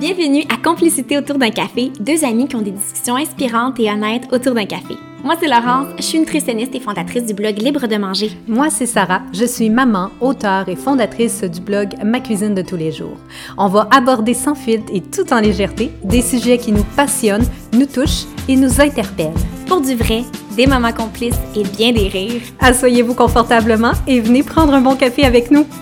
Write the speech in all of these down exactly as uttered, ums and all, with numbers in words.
Bienvenue à Complicité autour d'un café, deux amis qui ont des discussions inspirantes et honnêtes autour d'un café. Moi, c'est Laurence, je suis nutritionniste et fondatrice du blog Libre de manger. Moi, c'est Sarah, je suis maman, auteure et fondatrice du blog Ma cuisine de tous les jours. On va aborder sans filtre et tout en légèreté des sujets qui nous passionnent, nous touchent et nous interpellent. Pour du vrai, des moments complices et bien des rires. Asseyez-vous confortablement et venez prendre un bon café avec nous.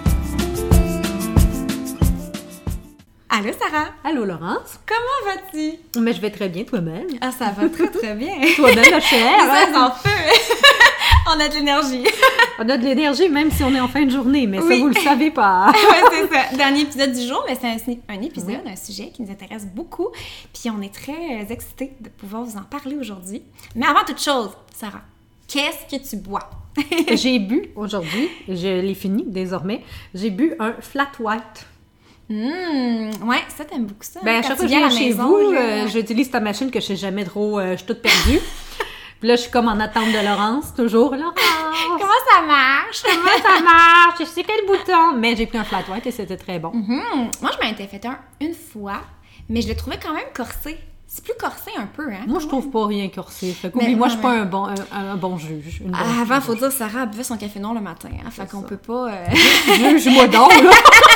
Allô Sarah! Allô Laurence! Comment vas-tu? Mais je vais très bien, toi-même. Ah, ça va très très bien. Toi-même, la chère. Ça en feu. On a de l'énergie. On a de l'énergie même si on est en fin de journée, mais oui. Ça, vous le savez pas. Oui, c'est ça. Dernier épisode du jour, mais c'est un, un épisode, oui. Un sujet qui nous intéresse beaucoup. Puis on est très excités de pouvoir vous en parler aujourd'hui. Mais avant toute chose, Sarah, qu'est-ce que tu bois? J'ai bu aujourd'hui, je l'ai fini désormais, j'ai bu un flat white. Mmh, ouais, ça, t'aimes beaucoup ça. Ben, à chaque fois que je viens chez vous, euh, j'utilise ta machine que je sais jamais trop, euh, je suis toute perdue. Puis là, je suis comme en attente de Laurence, toujours. Laurence! Comment ça marche? Comment ça marche? Je sais quel bouton? Mais j'ai pris un flat white et c'était très bon. Mmh. Moi, je m'en étais fait un une fois, mais je le trouvais quand même corsé. C'est plus corsé un peu, hein? Moi, je trouve pas rien corsé. Fait qu'oublie, moi, je suis pas un bon, un, un bon juge. Une ah, avant, il faut dire, Sarah buvait son café noir le matin. Hein? Fait qu'on ça. peut pas... Euh... Juge-moi donc, là!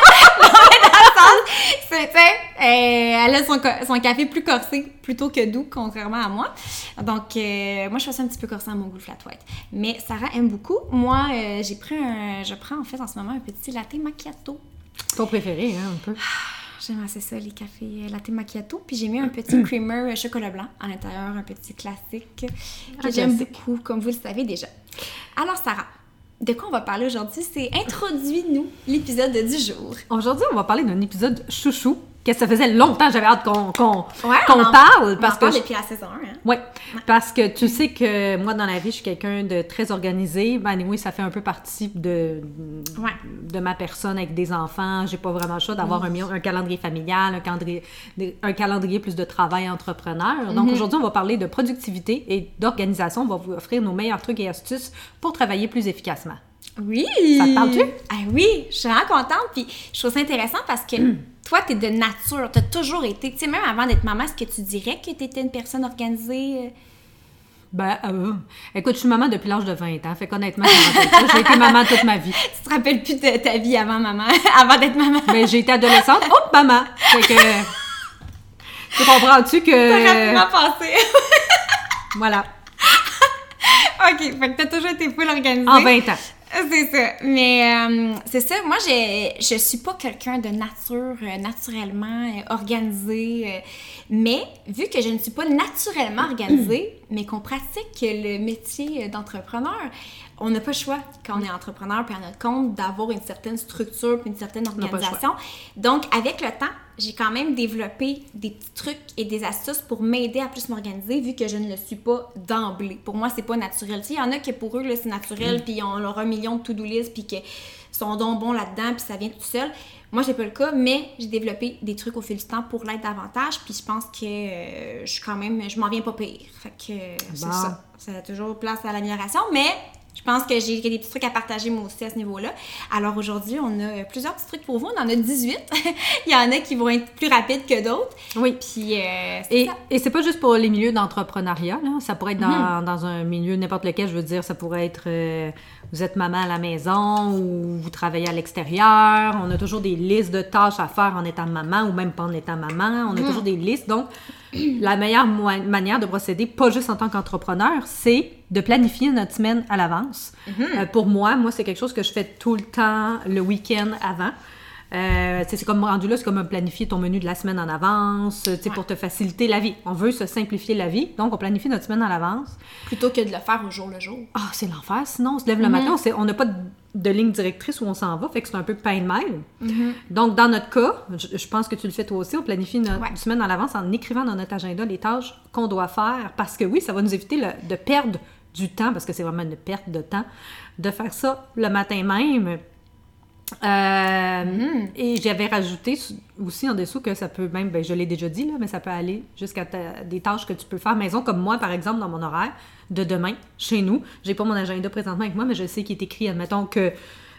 C'est, euh, elle a son, son café plus corsé plutôt que doux, contrairement à moi. Donc, euh, moi, je fais ça un petit peu corsé à mon goût, le flat white. Mais Sarah aime beaucoup. Moi, euh, j'ai pris un... Je prends, en fait, en ce moment, un petit latte macchiato. Ton préféré, hein, un peu. J'aime assez ça, les cafés latte macchiato. Puis j'ai mis un petit creamer chocolat blanc à l'intérieur, un petit classique que ah, j'aime classique. beaucoup, comme vous le savez déjà. Alors, Sarah, de quoi on va parler aujourd'hui? C'est introduis-nous l'épisode du jour. Aujourd'hui, on va parler d'un épisode chouchou, que ça faisait longtemps que j'avais hâte qu'on, qu'on, ouais, qu'on on en, parle. On parce en parle que depuis la saison un. Hein? Oui, ouais. Parce que tu sais que moi, dans la vie, je suis quelqu'un de très organisé. Ben, oui, ça fait un peu partie de, ouais. de ma personne avec des enfants. J'ai pas vraiment le choix d'avoir oui. un, un calendrier familial, un calendrier, un calendrier plus de travail entrepreneur. Donc, mm-hmm. aujourd'hui, on va parler de productivité et d'organisation. On va vous offrir nos meilleurs trucs et astuces pour travailler plus efficacement. Oui! Ça te parle-tu? Ah oui! Je suis vraiment contente. Puis, je trouve ça intéressant parce que mm. toi, t'es de nature. T'as toujours été... Tu sais, même avant d'être maman, est-ce que tu dirais que t'étais une personne organisée? Ben, euh, écoute, je suis maman depuis l'âge de vingt ans. Fait qu'honnêtement, j'ai été maman toute ma vie. Tu te rappelles plus de ta vie avant maman, avant d'être maman? Ben, j'ai été adolescente. Oh, maman! Fait que... Tu comprends-tu que... T'as rapidement passé. Voilà. OK, fait que t'as toujours été full organisée. En vingt ans. C'est ça. Mais euh, c'est ça. Moi, j'ai, je suis pas quelqu'un de nature, euh, naturellement euh, organisé. Euh, mais vu que je ne suis pas naturellement organisée, mais qu'on pratique le métier d'entrepreneur, on n'a pas le choix quand on est entrepreneur puis à notre compte d'avoir une certaine structure puis une certaine organisation. Donc, avec le temps, j'ai quand même développé des petits trucs et des astuces pour m'aider à plus m'organiser vu que je ne le suis pas d'emblée. Pour moi, c'est pas naturel. Tu sais, il y en a qui pour eux, là, c'est naturel, mm. puis ils ont leur un million de to-do list, puis qu'ils sont donc bons là-dedans, puis ça vient tout seul. Moi, j'ai pas le cas, mais j'ai développé des trucs au fil du temps pour l'être davantage, puis je pense que euh, je suis quand même, je m'en viens pas pire. Fait que euh, bon. C'est ça. Ça a toujours place à l'amélioration, mais... Je pense que j'ai des petits trucs à partager moi aussi à ce niveau-là. Alors aujourd'hui, on a plusieurs petits trucs pour vous. On en a dix-huit. Il y en a qui vont être plus rapides que d'autres. Oui. Puis euh, c'est et, ça. Et c'est pas juste pour les milieux d'entrepreneuriat. Là. Ça pourrait être dans, mm-hmm. dans un milieu n'importe lequel. Je veux dire, ça pourrait être euh, vous êtes maman à la maison ou vous travaillez à l'extérieur. On a toujours des listes de tâches à faire en étant maman ou même pas en étant maman. On a mm. toujours des listes. Donc, la meilleure mo- manière de procéder, pas juste en tant qu'entrepreneur, c'est de planifier notre semaine à l'avance. Mm-hmm. Euh, pour moi, moi, c'est quelque chose que je fais tout le temps le week-end avant. Euh, c'est comme rendu là, c'est comme planifier ton menu de la semaine en avance, ouais. pour te faciliter la vie. On veut se simplifier la vie, donc on planifie notre semaine à l'avance. Plutôt que de le faire au jour le jour. Ah, c'est l'enfer. Sinon, on se lève mm-hmm. le matin, on on n'a pas de, de ligne directrice où on s'en va, fait que c'est un peu pain de mail. Mm-hmm. Donc, dans notre cas, je, je pense que tu le fais toi aussi, on planifie notre ouais. semaine à l'avance en écrivant dans notre agenda les tâches qu'on doit faire, parce que oui, ça va nous éviter le, de perdre du temps, parce que c'est vraiment une perte de temps, de faire ça le matin même. Euh, mm-hmm. Et j'avais rajouté aussi en dessous que ça peut même, ben je l'ai déjà dit, là, mais ça peut aller jusqu'à ta, des tâches que tu peux faire maison, comme moi, par exemple, dans mon horaire de demain, chez nous. J'ai pas mon agenda présentement avec moi, mais je sais qu'il est écrit, admettons que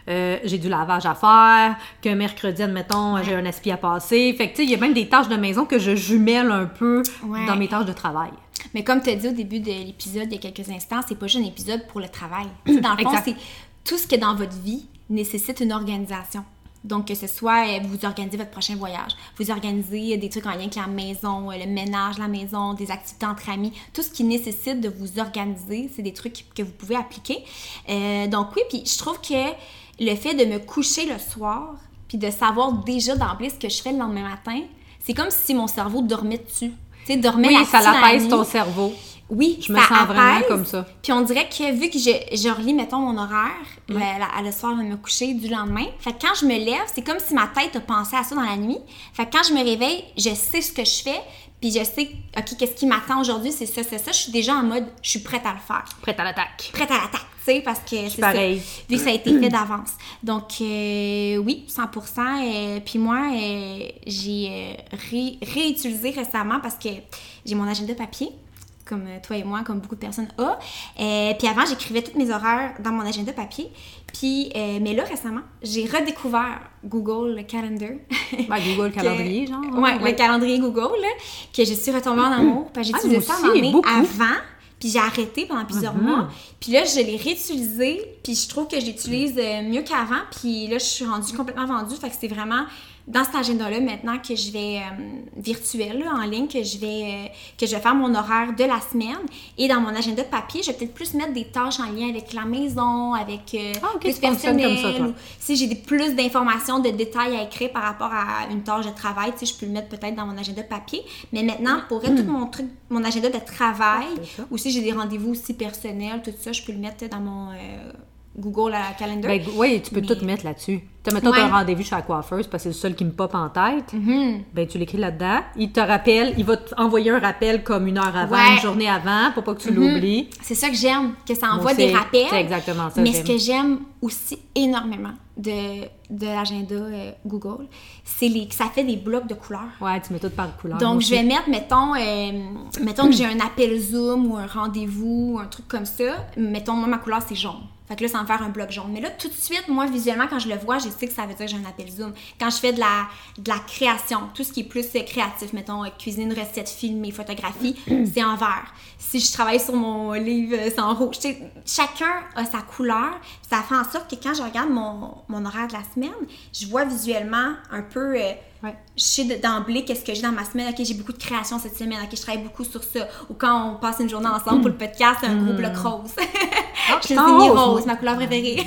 euh, j'ai du lavage à faire, que mercredi, admettons, ouais. j'ai un espi à passer. Fait que, tu sais, il y a même des tâches de maison que je jumelle un peu ouais. dans mes tâches de travail. Mais comme tu as dit au début de l'épisode, il y a quelques instants, c'est pas juste un épisode pour le travail. T'sais, dans le fond, exact. C'est tout ce qui est dans votre vie nécessite une organisation. Donc, que ce soit, euh, vous organisez votre prochain voyage, vous organisez des trucs en lien avec la maison, euh, le ménage, la maison, des activités entre amis, tout ce qui nécessite de vous organiser, c'est des trucs que vous pouvez appliquer. Euh, donc oui, puis je trouve que le fait de me coucher le soir, puis de savoir déjà d'emblée ce que je fais le lendemain matin, c'est comme si mon cerveau dormait dessus. Tu sais, dormait oui, là-dessus ça l'apaise ton cerveau. Oui, je me sens apaise, vraiment comme ça. Puis on dirait que vu que je, je relis, mettons, mon horaire, ouais. le, le, le soir, de me coucher du lendemain, fait que quand je me lève, c'est comme si ma tête a pensé à ça dans la nuit. Fait que quand je me réveille, je sais ce que je fais, puis je sais, OK, qu'est-ce qui m'attend aujourd'hui, c'est ça, c'est ça. Je suis déjà en mode, je suis prête à le faire. Prête à l'attaque. Prête à l'attaque, tu sais, parce que c'est pareil. Ça. Vu que ça a été fait d'avance. Donc, euh, oui, cent pour cent. Euh, puis moi, euh, j'ai euh, ré, réutilisé récemment parce que j'ai mon agenda papier. Comme toi et moi, comme beaucoup de personnes ont. Euh, puis avant, j'écrivais tous mes horaires dans mon agenda papier. Puis, euh, mais là, récemment, j'ai redécouvert Google Calendar. Ben, Google Calendrier, que, genre. Ouais, ouais, le calendrier Google, là, que je suis retombée en amour. Parce que j'ai utilisé ah, ça à un moment avant, puis j'ai arrêté pendant plusieurs mm-hmm. mois. Puis là, je l'ai réutilisé, puis je trouve que je l'utilise mieux qu'avant. Puis là, je suis rendue complètement vendue. Fait que c'est vraiment dans cet agenda-là, maintenant que je vais euh, virtuel, là, en ligne, que je vais euh, que je vais faire mon horaire de la semaine. Et dans mon agenda de papier, je vais peut-être plus mettre des tâches en lien avec la maison, avec euh, ah, okay, plus personnel. Comme ça, ou, si j'ai des, plus d'informations, de détails à écrire par rapport à une tâche de travail, tu sais, je peux le mettre peut-être dans mon agenda de papier. Mais maintenant, pour être tout mon truc, mon agenda de travail, ou si j'ai des rendez-vous aussi personnels, tout ça, je peux le mettre dans mon euh, Google à Calendar. Ben, oui, tu peux mais... tout mettre là-dessus. Tu mettons ouais. un rendez-vous chez la coiffeuse parce que c'est le seul qui me pop en tête. Mm-hmm. Ben, tu l'écris là-dedans. Il te rappelle, il va t'envoyer un rappel comme une heure avant, ouais. une journée avant, pour pas que tu mm-hmm. l'oublies. C'est ça que j'aime, que ça envoie des rappels. C'est exactement ça. Mais j'aime. Ce que j'aime aussi énormément de, de l'agenda euh, Google, c'est les, que ça fait des blocs de couleurs. Ouais, tu mets tout par couleur. Donc, je vais mettre, mettons, euh, mettons que j'ai un appel Zoom ou un rendez-vous ou un truc comme ça. Mettons, moi, ma couleur, c'est jaune. Fait que là, ça va me faire un bloc jaune. Mais là, tout de suite, moi, visuellement, quand je le vois, je sais que ça veut dire que j'ai un appel Zoom. Quand je fais de la, de la création, tout ce qui est plus créatif, mettons, cuisine, recette, filmée, photographie, c'est en vert. Si je travaille sur mon livre, c'est en rouge. Tu sais, chacun a sa couleur. Ça fait en sorte que quand je regarde mon, mon horaire de la semaine, je vois visuellement un peu... Euh, ouais. Je sais d'emblée qu'est-ce que j'ai dans ma semaine. OK, j'ai beaucoup de création cette semaine. OK, je travaille beaucoup sur ça. Ou quand on passe une journée ensemble pour le podcast, c'est un gros bloc rose. Oh, je l'ai signé rose, ma couleur préférée.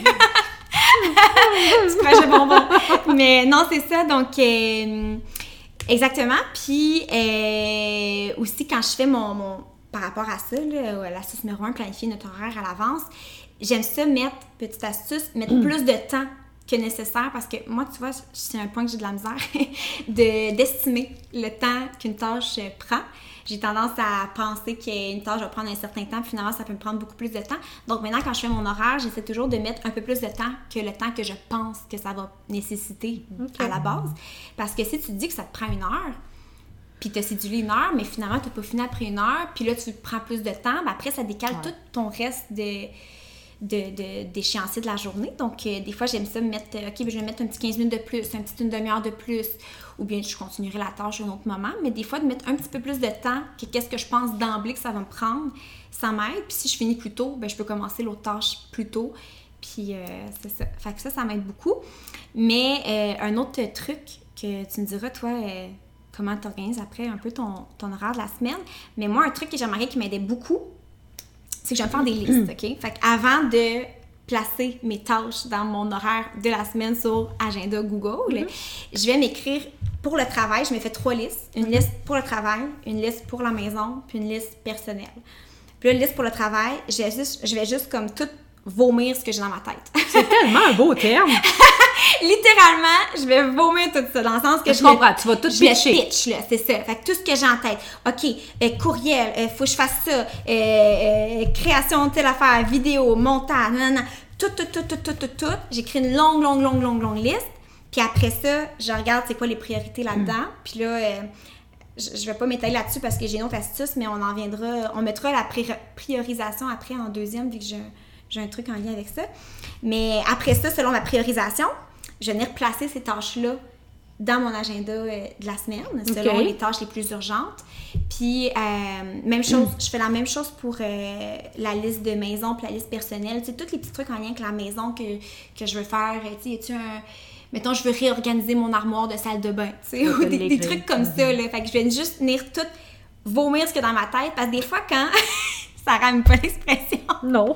Tu prends bonbon. Mais non, c'est ça. Donc, euh, exactement. Puis, euh, aussi, quand je fais mon, mon... Par rapport à ça, là, l'astuce numéro un, planifier notre horaire à l'avance, j'aime ça mettre, petite astuce, mettre mm. plus de temps que nécessaire parce que moi, tu vois, c'est un point que j'ai de la misère de, d'estimer le temps qu'une tâche prend. J'ai tendance à penser qu'une tâche va prendre un certain temps, puis finalement, ça peut me prendre beaucoup plus de temps. Donc maintenant, quand je fais mon horaire, j'essaie toujours de mettre un peu plus de temps que le temps que je pense que ça va nécessiter okay. à la base. Parce que si tu te dis que ça te prend une heure, puis tu as cédulé une heure, mais finalement, tu n'as pas fini après une heure, puis là, tu prends plus de temps, ben après, ça décale ouais. tout ton reste de... De, de, d'échéancier de la journée. Donc, euh, des fois, j'aime ça me mettre, OK, ben, je vais mettre un petit quinze minutes de plus, un petit une demi-heure de plus, ou bien je continuerai la tâche à un autre moment. Mais des fois, de mettre un petit peu plus de temps que qu'est-ce que je pense d'emblée que ça va me prendre, ça m'aide. Puis si je finis plus tôt, ben, je peux commencer l'autre tâche plus tôt. Puis euh, c'est ça. Fait que ça, ça m'aide beaucoup. Mais euh, un autre truc que tu me diras, toi, euh, comment tu organises après un peu ton, ton horaire de la semaine. Mais moi, un truc que j'aimerais qui m'aidait beaucoup, c'est que j'aime faire des listes, OK? Fait qu'avant de placer mes tâches dans mon horaire de la semaine sur agenda Google, mm-hmm. je vais m'écrire pour le travail, je me fais trois listes. Une mm-hmm. liste pour le travail, une liste pour la maison, puis une liste personnelle. Puis là, une liste pour le travail, je vais juste, je vais juste comme tout vomir ce que j'ai dans ma tête. C'est tellement un beau terme! Littéralement, je vais vomir tout ça, dans le sens que je, je comprends, le, tu vas tout je pitcher. Je pitch, là, c'est ça. Fait que tout ce que j'ai en tête, OK, euh, courriel, euh, faut que je fasse ça, euh, euh, création de telle affaire, vidéo, montage, non, non, non, tout, tout, tout, tout, tout, tout, tout. J'écris une longue, longue, longue, longue, longue liste, puis après ça, je regarde c'est quoi les priorités là-dedans, mm. puis là, euh, je, je vais pas m'étaler là-dessus parce que j'ai une autre astuce, mais on en viendra, on mettra la pri- priorisation après en deuxième, vu que je j'ai un truc en lien avec ça. Mais après ça, selon ma priorisation, je venais replacer ces tâches-là dans mon agenda euh, de la semaine, selon okay. les tâches les plus urgentes. Puis, euh, même chose, mm. je fais la même chose pour euh, la liste de maison puis la liste personnelle. Tu sais, tous les petits trucs en lien avec la maison que, que je veux faire. Tu sais, y a-tu un... Mettons, je veux réorganiser mon armoire de salle de bain, tu sais, ou des, des trucs comme mm-hmm. ça, là. Fait que je viens juste venir tout vomir ce qu'il y a dans ma tête, parce que des fois, quand... ça rame pas l'expression. Non.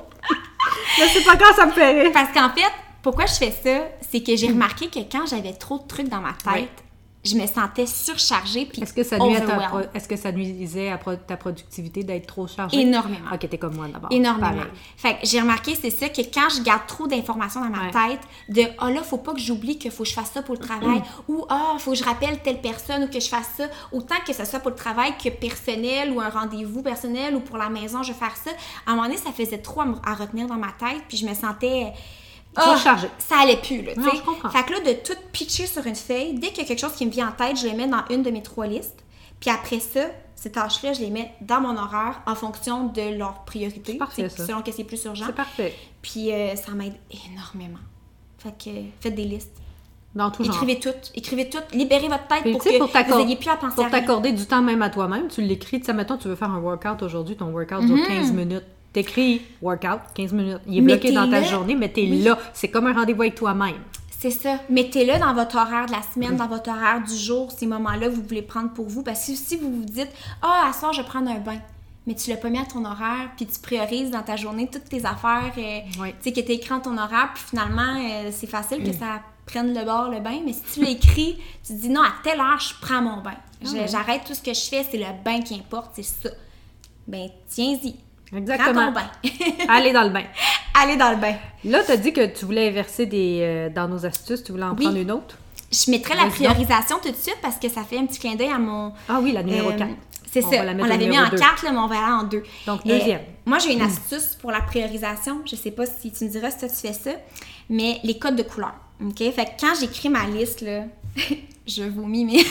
Je sais pas quand ça me fait rire. Parce qu'en fait, pourquoi je fais ça, c'est que j'ai remarqué que quand j'avais trop de trucs dans ma tête, oui. je me sentais surchargée puis Est-ce que ça nuit à ta pro... Est-ce que ça nuisait à pro... ta productivité d'être trop chargée? Énormément. Ok, t'es comme moi d'abord. Énormément. Pareil. Fait que j'ai remarqué, c'est ça, que quand je garde trop d'informations dans ma ouais. tête, de « Ah oh là, faut pas que j'oublie qu'il faut que je fasse ça pour le travail » ou « Ah, oh, faut que je rappelle telle personne ou que je fasse ça », autant que ce soit pour le travail que personnel ou un rendez-vous personnel ou pour la maison, je vais faire ça. À un moment donné, ça faisait trop à, me... à retenir dans ma tête puis je me sentais... Trop oh, chargé. Ça allait plus, là, tu sais. Je comprends. Fait que là, de tout pitcher sur une feuille, dès qu'il y a quelque chose qui me vient en tête, je les mets dans une de mes trois listes. Puis après ça, ces tâches-là, je les mets dans mon horaire en fonction de leur priorité. C'est parfait, ça. Selon que c'est plus urgent. C'est parfait. Puis euh, ça m'aide énormément. Fait que faites des listes. Dans tout genre. Écrivez tout. Écrivez tout. Libérez votre tête puis, pour que pour vous n'ayez plus à penser pour à rien. Pour t'accorder du temps même à toi-même, tu l'écris. Tu sais, mettons, tu veux faire un workout aujourd'hui, ton workout mm-hmm. dure quinze minutes. T'écris workout, quinze minutes. Il est bloqué dans ta là. journée, mais t'es oui. là. C'est comme un rendez-vous avec toi-même. C'est ça. Mettez-le dans votre horaire de la semaine, mmh. dans votre horaire du jour, ces moments-là, vous voulez prendre pour vous. Parce que si vous vous dites « Ah, à soir, je vais prendre un bain », mais tu l'as pas mis à ton horaire, puis tu priorises dans ta journée toutes tes affaires, euh, oui. tu sais, que tu écrit dans ton horaire, puis finalement, euh, c'est facile mmh. que ça prenne le bord, le bain. Mais si tu l'écris, tu te dis « Non, à telle heure, je prends mon bain. Je, mmh. J'arrête tout ce que je fais, c'est le bain qui importe, c'est ça. » Ben, tiens-y. Exactement. Prends ton bain. Allez dans le bain. Allez dans le bain. Là, tu as dit que tu voulais inverser des, euh, dans nos astuces, tu voulais en oui. prendre une autre? Je mettrais la priorisation tout de suite parce que ça fait un petit clin d'œil à mon... Ah oui, la numéro euh, quatre. C'est on ça. On l'avait mis en quatre, là, mais on va aller en deux. Donc, deuxième. Euh, moi, j'ai une astuce pour la priorisation. Je sais pas si tu me diras si toi, tu fais ça, mais les codes de couleur. OK? Fait que quand j'écris ma liste, là, je vomis, mais...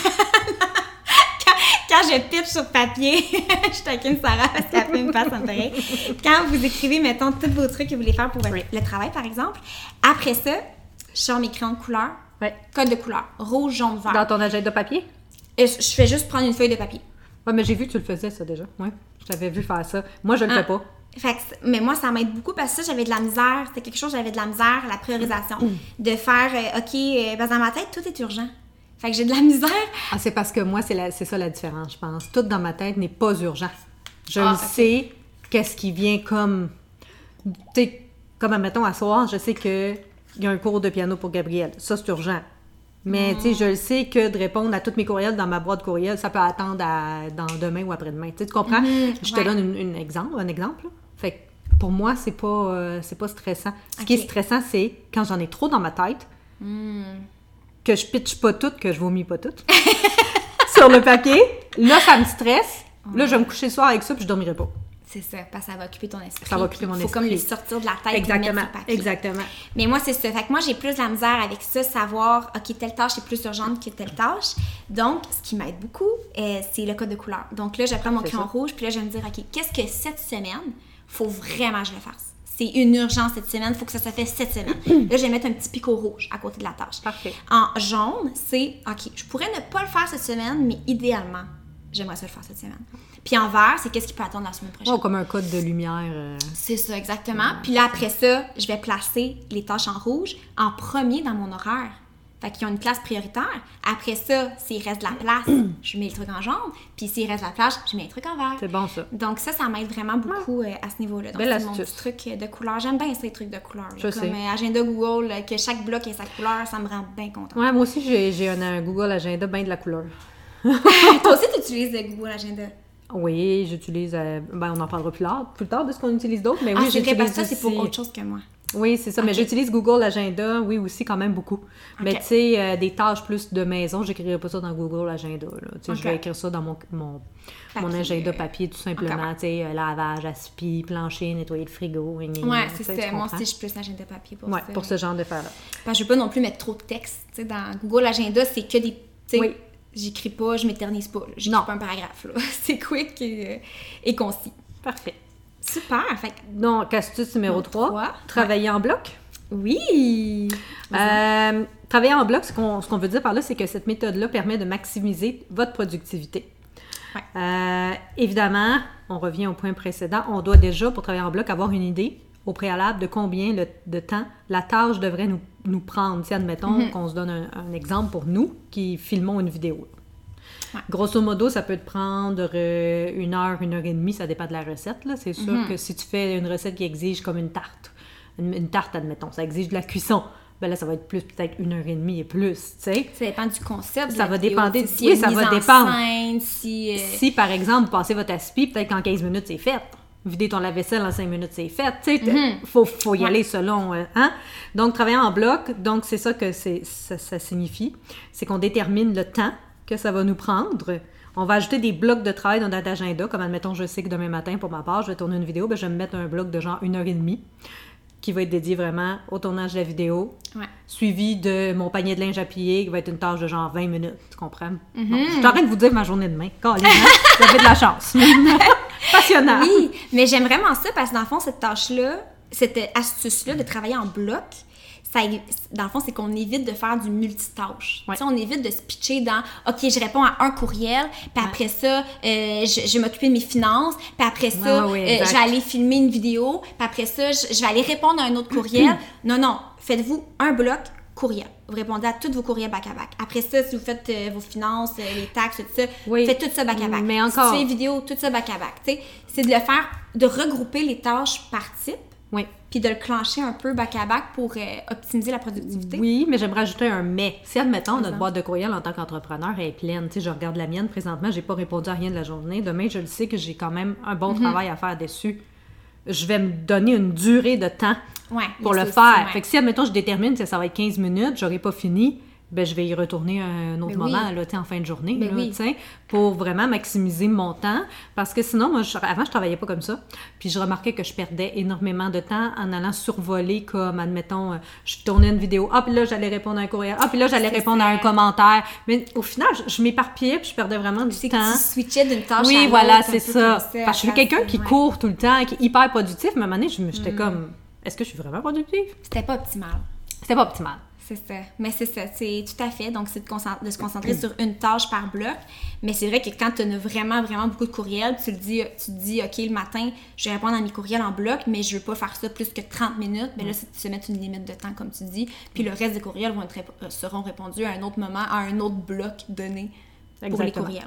Quand je pitch sur papier, je taquine Sarah parce qu'elle fait une passe en pareil. Quand vous écrivez, mettons, tous vos trucs que vous voulez faire pour votre, le travail, par exemple, après ça, je sors mes crayons de couleur, ouais. code de couleur, rouge, jaune, vert. Dans ton agenda de papier? Et je fais juste prendre une feuille de papier. Oui, mais j'ai vu que tu le faisais, ça, déjà. Oui, je t'avais vu faire ça. Moi, je le ah. fais pas. Fait que, mais moi, ça m'aide beaucoup parce que ça, j'avais de la misère. C'était quelque chose, j'avais de la misère, la priorisation. Mm. De faire, euh, OK, euh, ben, dans ma tête, tout est urgent. Fait que j'ai de la misère. Ah, c'est parce que moi, c'est, la, c'est ça la différence, je pense. Tout dans ma tête n'est pas urgent. Je ah, le okay. sais, qu'est-ce qui vient comme... Tu sais, comme, admettons, à soir, je sais qu'il y a un cours de piano pour Gabriel. Ça, c'est urgent. Mais, mm. tu sais, je le sais que de répondre à tous mes courriels dans ma boîte courriel, ça peut attendre à, dans demain ou après-demain. Tu sais, tu comprends? Mm-hmm. Je te ouais. donne une, une exemple, un exemple. Là. Fait que pour moi, c'est pas, euh, c'est pas stressant. Ce okay. qui est stressant, c'est quand j'en ai trop dans ma tête... Mm. que je pitche pas tout, que je vomis pas tout, sur le papier. Là, ça me stresse. Là, je vais me coucher le soir avec ça, puis je dormirai pas. C'est ça, parce que ça va occuper ton esprit. Ça va occuper mon esprit. Il faut comme les sortir de la tête Exactement. et les mettre sur papier. Exactement. Mais moi, c'est ça. Fait que moi, j'ai plus de la misère avec ça, savoir, OK, telle tâche est plus urgente que telle tâche. Donc, ce qui m'aide beaucoup, euh, c'est le code de couleur. Donc là, j'apprends mon crayon rouge, puis là, je vais me dire, OK, qu'est-ce que cette semaine, faut vraiment que je le fasse? C'est une urgence cette semaine, il faut que ça se fasse cette semaine. Là, je vais mettre un petit picot rouge à côté de la tâche. Parfait. En jaune, c'est, OK, je pourrais ne pas le faire cette semaine, mais idéalement, j'aimerais ça le faire cette semaine. Puis en vert, c'est qu'est-ce qui peut attendre la semaine prochaine. Oh, comme un code de lumière. Euh... C'est ça, exactement. Ouais. Puis là, après ça, je vais placer les tâches en rouge en premier dans mon horaire. Fait qu'ils ont une place prioritaire. Après ça, s'il reste de la place, je mets le truc en jaune. Puis s'il reste de la place, je mets le truc en vert. C'est bon, ça. Donc ça, ça m'aide vraiment beaucoup euh, à ce niveau-là. Donc Belle c'est astuce. mon petit truc de couleur. J'aime bien ces trucs de couleur. Je Comme sais. Euh, agenda Google, euh, que chaque bloc ait sa couleur, ça me rend bien contente. Ouais, moi aussi, j'ai, j'ai un, un Google Agenda bien de la couleur. Toi aussi, tu utilises le Google Agenda? Oui, j'utilise... Euh, ben, on en parlera plus tard, plus tard de ce qu'on utilise d'autres, mais oui, ah, c'est j'utilise vrai, parce que ça, aussi... c'est pour autre chose que moi. Oui, c'est ça, okay. Mais j'utilise Google Agenda, oui, aussi, quand même beaucoup. Okay. Mais tu sais, euh, des tâches plus de maison, j'écrirai pas ça dans Google Agenda. Okay. Je vais écrire ça dans mon, mon, mon agenda papier, tout simplement. Okay. Tu sais, euh, lavage, aspi, plancher, nettoyer le frigo. Oui, c'est ça. Moi aussi, je suis plus agenda papier pour ouais, ça. pour ce genre de faire-là. Parce que je veux pas non plus mettre trop de texte. Tu sais, dans Google Agenda, c'est que des... Oui. J'écris pas, je m'éternise pas. J'écris non. pas un paragraphe. Là. C'est quick et, et concis. Parfait. Super! Fait que... Donc, astuce numéro trois, travailler ouais. en bloc. Oui! Euh, travailler en bloc, ce qu'on, ce qu'on veut dire par là, c'est que cette méthode-là permet de maximiser votre productivité. Ouais. Euh, évidemment, on revient au point précédent, on doit déjà, pour travailler en bloc, avoir une idée au préalable de combien le, de temps la tâche devrait nous, nous prendre. Si, admettons mm-hmm. qu'on se donne un, un exemple pour nous qui filmons une vidéo. Ouais. Grosso modo, ça peut te prendre euh, une heure, une heure et demie, ça dépend de la recette. Là. C'est sûr mm-hmm. que si tu fais une recette qui exige comme une tarte, une, une tarte, admettons, ça exige de la cuisson. Ben là, ça va être plus, peut-être une heure et demie et plus, tu sais. Ça dépend du concept. Ça va vidéo, dépendre. Si oui, ça va dépendre. Scène, si, euh... si, par exemple, vous passez votre aspi, peut-être qu'en quinze minutes, c'est fait. Vider ton lave-vaisselle en cinq minutes, c'est fait. Tu sais, il mm-hmm. faut, faut y ouais. aller selon... Euh, hein? Donc, travailler en bloc, donc c'est ça que c'est, ça, ça signifie. C'est qu'on détermine le temps que ça va nous prendre. On va ajouter des blocs de travail dans notre agenda. Comme, admettons, je sais que demain matin, pour ma part, je vais tourner une vidéo, ben, je vais me mettre un bloc de genre une heure et demie qui va être dédié vraiment au tournage de la vidéo, ouais. suivi de mon panier de linge à plier, qui va être une tâche de genre vingt minutes, tu comprends? Mm-hmm. Bon, je suis en train de vous dire ma journée de demain. Colin, hein? Vous avez de la chance. Passionnant. Oui, mais j'aime vraiment ça parce que dans le fond, cette tâche-là, cette astuce-là de travailler en bloc, ça, dans le fond, c'est qu'on évite de faire du multitâche. Ouais. Tu sais, on évite de se pitcher dans « OK, je réponds à un courriel, puis après ouais. ça, euh, je, je vais m'occuper de mes finances, puis après ça, ouais, ouais, euh, je vais aller filmer une vidéo, puis après ça, je, je vais aller répondre à un autre courriel. » Non, non, faites-vous un bloc courriel. Vous répondez à tous vos courriels back-à-back. Après ça, si vous faites euh, vos finances, euh, les taxes, tout ça, oui. faites tout ça back-à-back. Mais encore... Si tu fais une vidéo, tout ça back-à-back. Tu sais, c'est de le faire, de regrouper les tâches par type. Oui. Puis de le clencher un peu back-à-back pour euh, optimiser la productivité. Oui, mais j'aimerais ajouter un « mais ». Si, admettons, notre boîte de courriel en tant qu'entrepreneur est pleine, tu sais, je regarde la mienne présentement, j'ai pas répondu à rien de la journée. Demain, je le sais que j'ai quand même un bon mm-hmm. travail à faire dessus. Je vais me donner une durée de temps ouais, pour le faire. Aussi, ouais. Fait que si, admettons, je détermine que ça va être quinze minutes, j'aurai pas fini, ben je vais y retourner à un autre ben moment, oui. là, en fin de journée, ben là, oui. pour vraiment maximiser mon temps. Parce que sinon, moi, je, avant, je travaillais pas comme ça. Puis je remarquais que je perdais énormément de temps en allant survoler, comme, admettons, je tournais une vidéo, ah, puis là, j'allais répondre à un courriel, ah, puis là, j'allais c'est répondre ça. à un commentaire. Mais au final, je, je m'éparpillais, puis je perdais vraiment du c'est temps. Que tu switchais d'une tâche oui, à l'autre. Oui, voilà, c'est ça. Parce que je suis quelqu'un ouais. qui court tout le temps, qui est hyper productif, mais à un moment donné, j'étais mm. comme, est-ce que je suis vraiment productive? C'était pas optimal. C'était pas optimal. C'est ça. Mais c'est ça, c'est tout à fait. Donc, c'est de, concent- de se concentrer sur une tâche par bloc. Mais c'est vrai que quand tu as vraiment, vraiment beaucoup de courriels, tu, le dis, tu te dis, OK, le matin, je vais répondre à mes courriels en bloc, mais je veux pas faire ça plus que trente minutes. Mais là, c'est de se mettre une limite de temps, comme tu dis. Puis le reste des courriels vont être, euh, seront répondus à un autre moment, à un autre bloc donné pour Exactement. les courriels.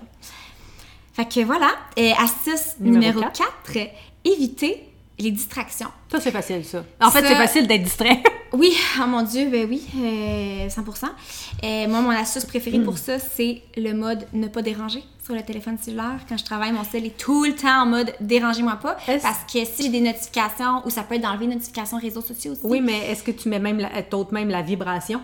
Fait que voilà. Et astuce numéro quatre, éviter les distractions. Ça, c'est facile, ça. En fait, ça, c'est facile d'être distrait. Oui, oh mon Dieu, ben oui, euh, cent pour cent. Euh, moi, mon astuce préférée mm. pour ça, c'est le mode ne pas déranger sur le téléphone cellulaire. Quand je travaille, mon cell est tout le temps en mode dérangez-moi pas. Est-ce... Parce que si j'ai des notifications, ou ça peut être d'enlever notifications réseaux sociaux aussi. Oui, mais est-ce que tu mets même la, t'ôtes même la vibration?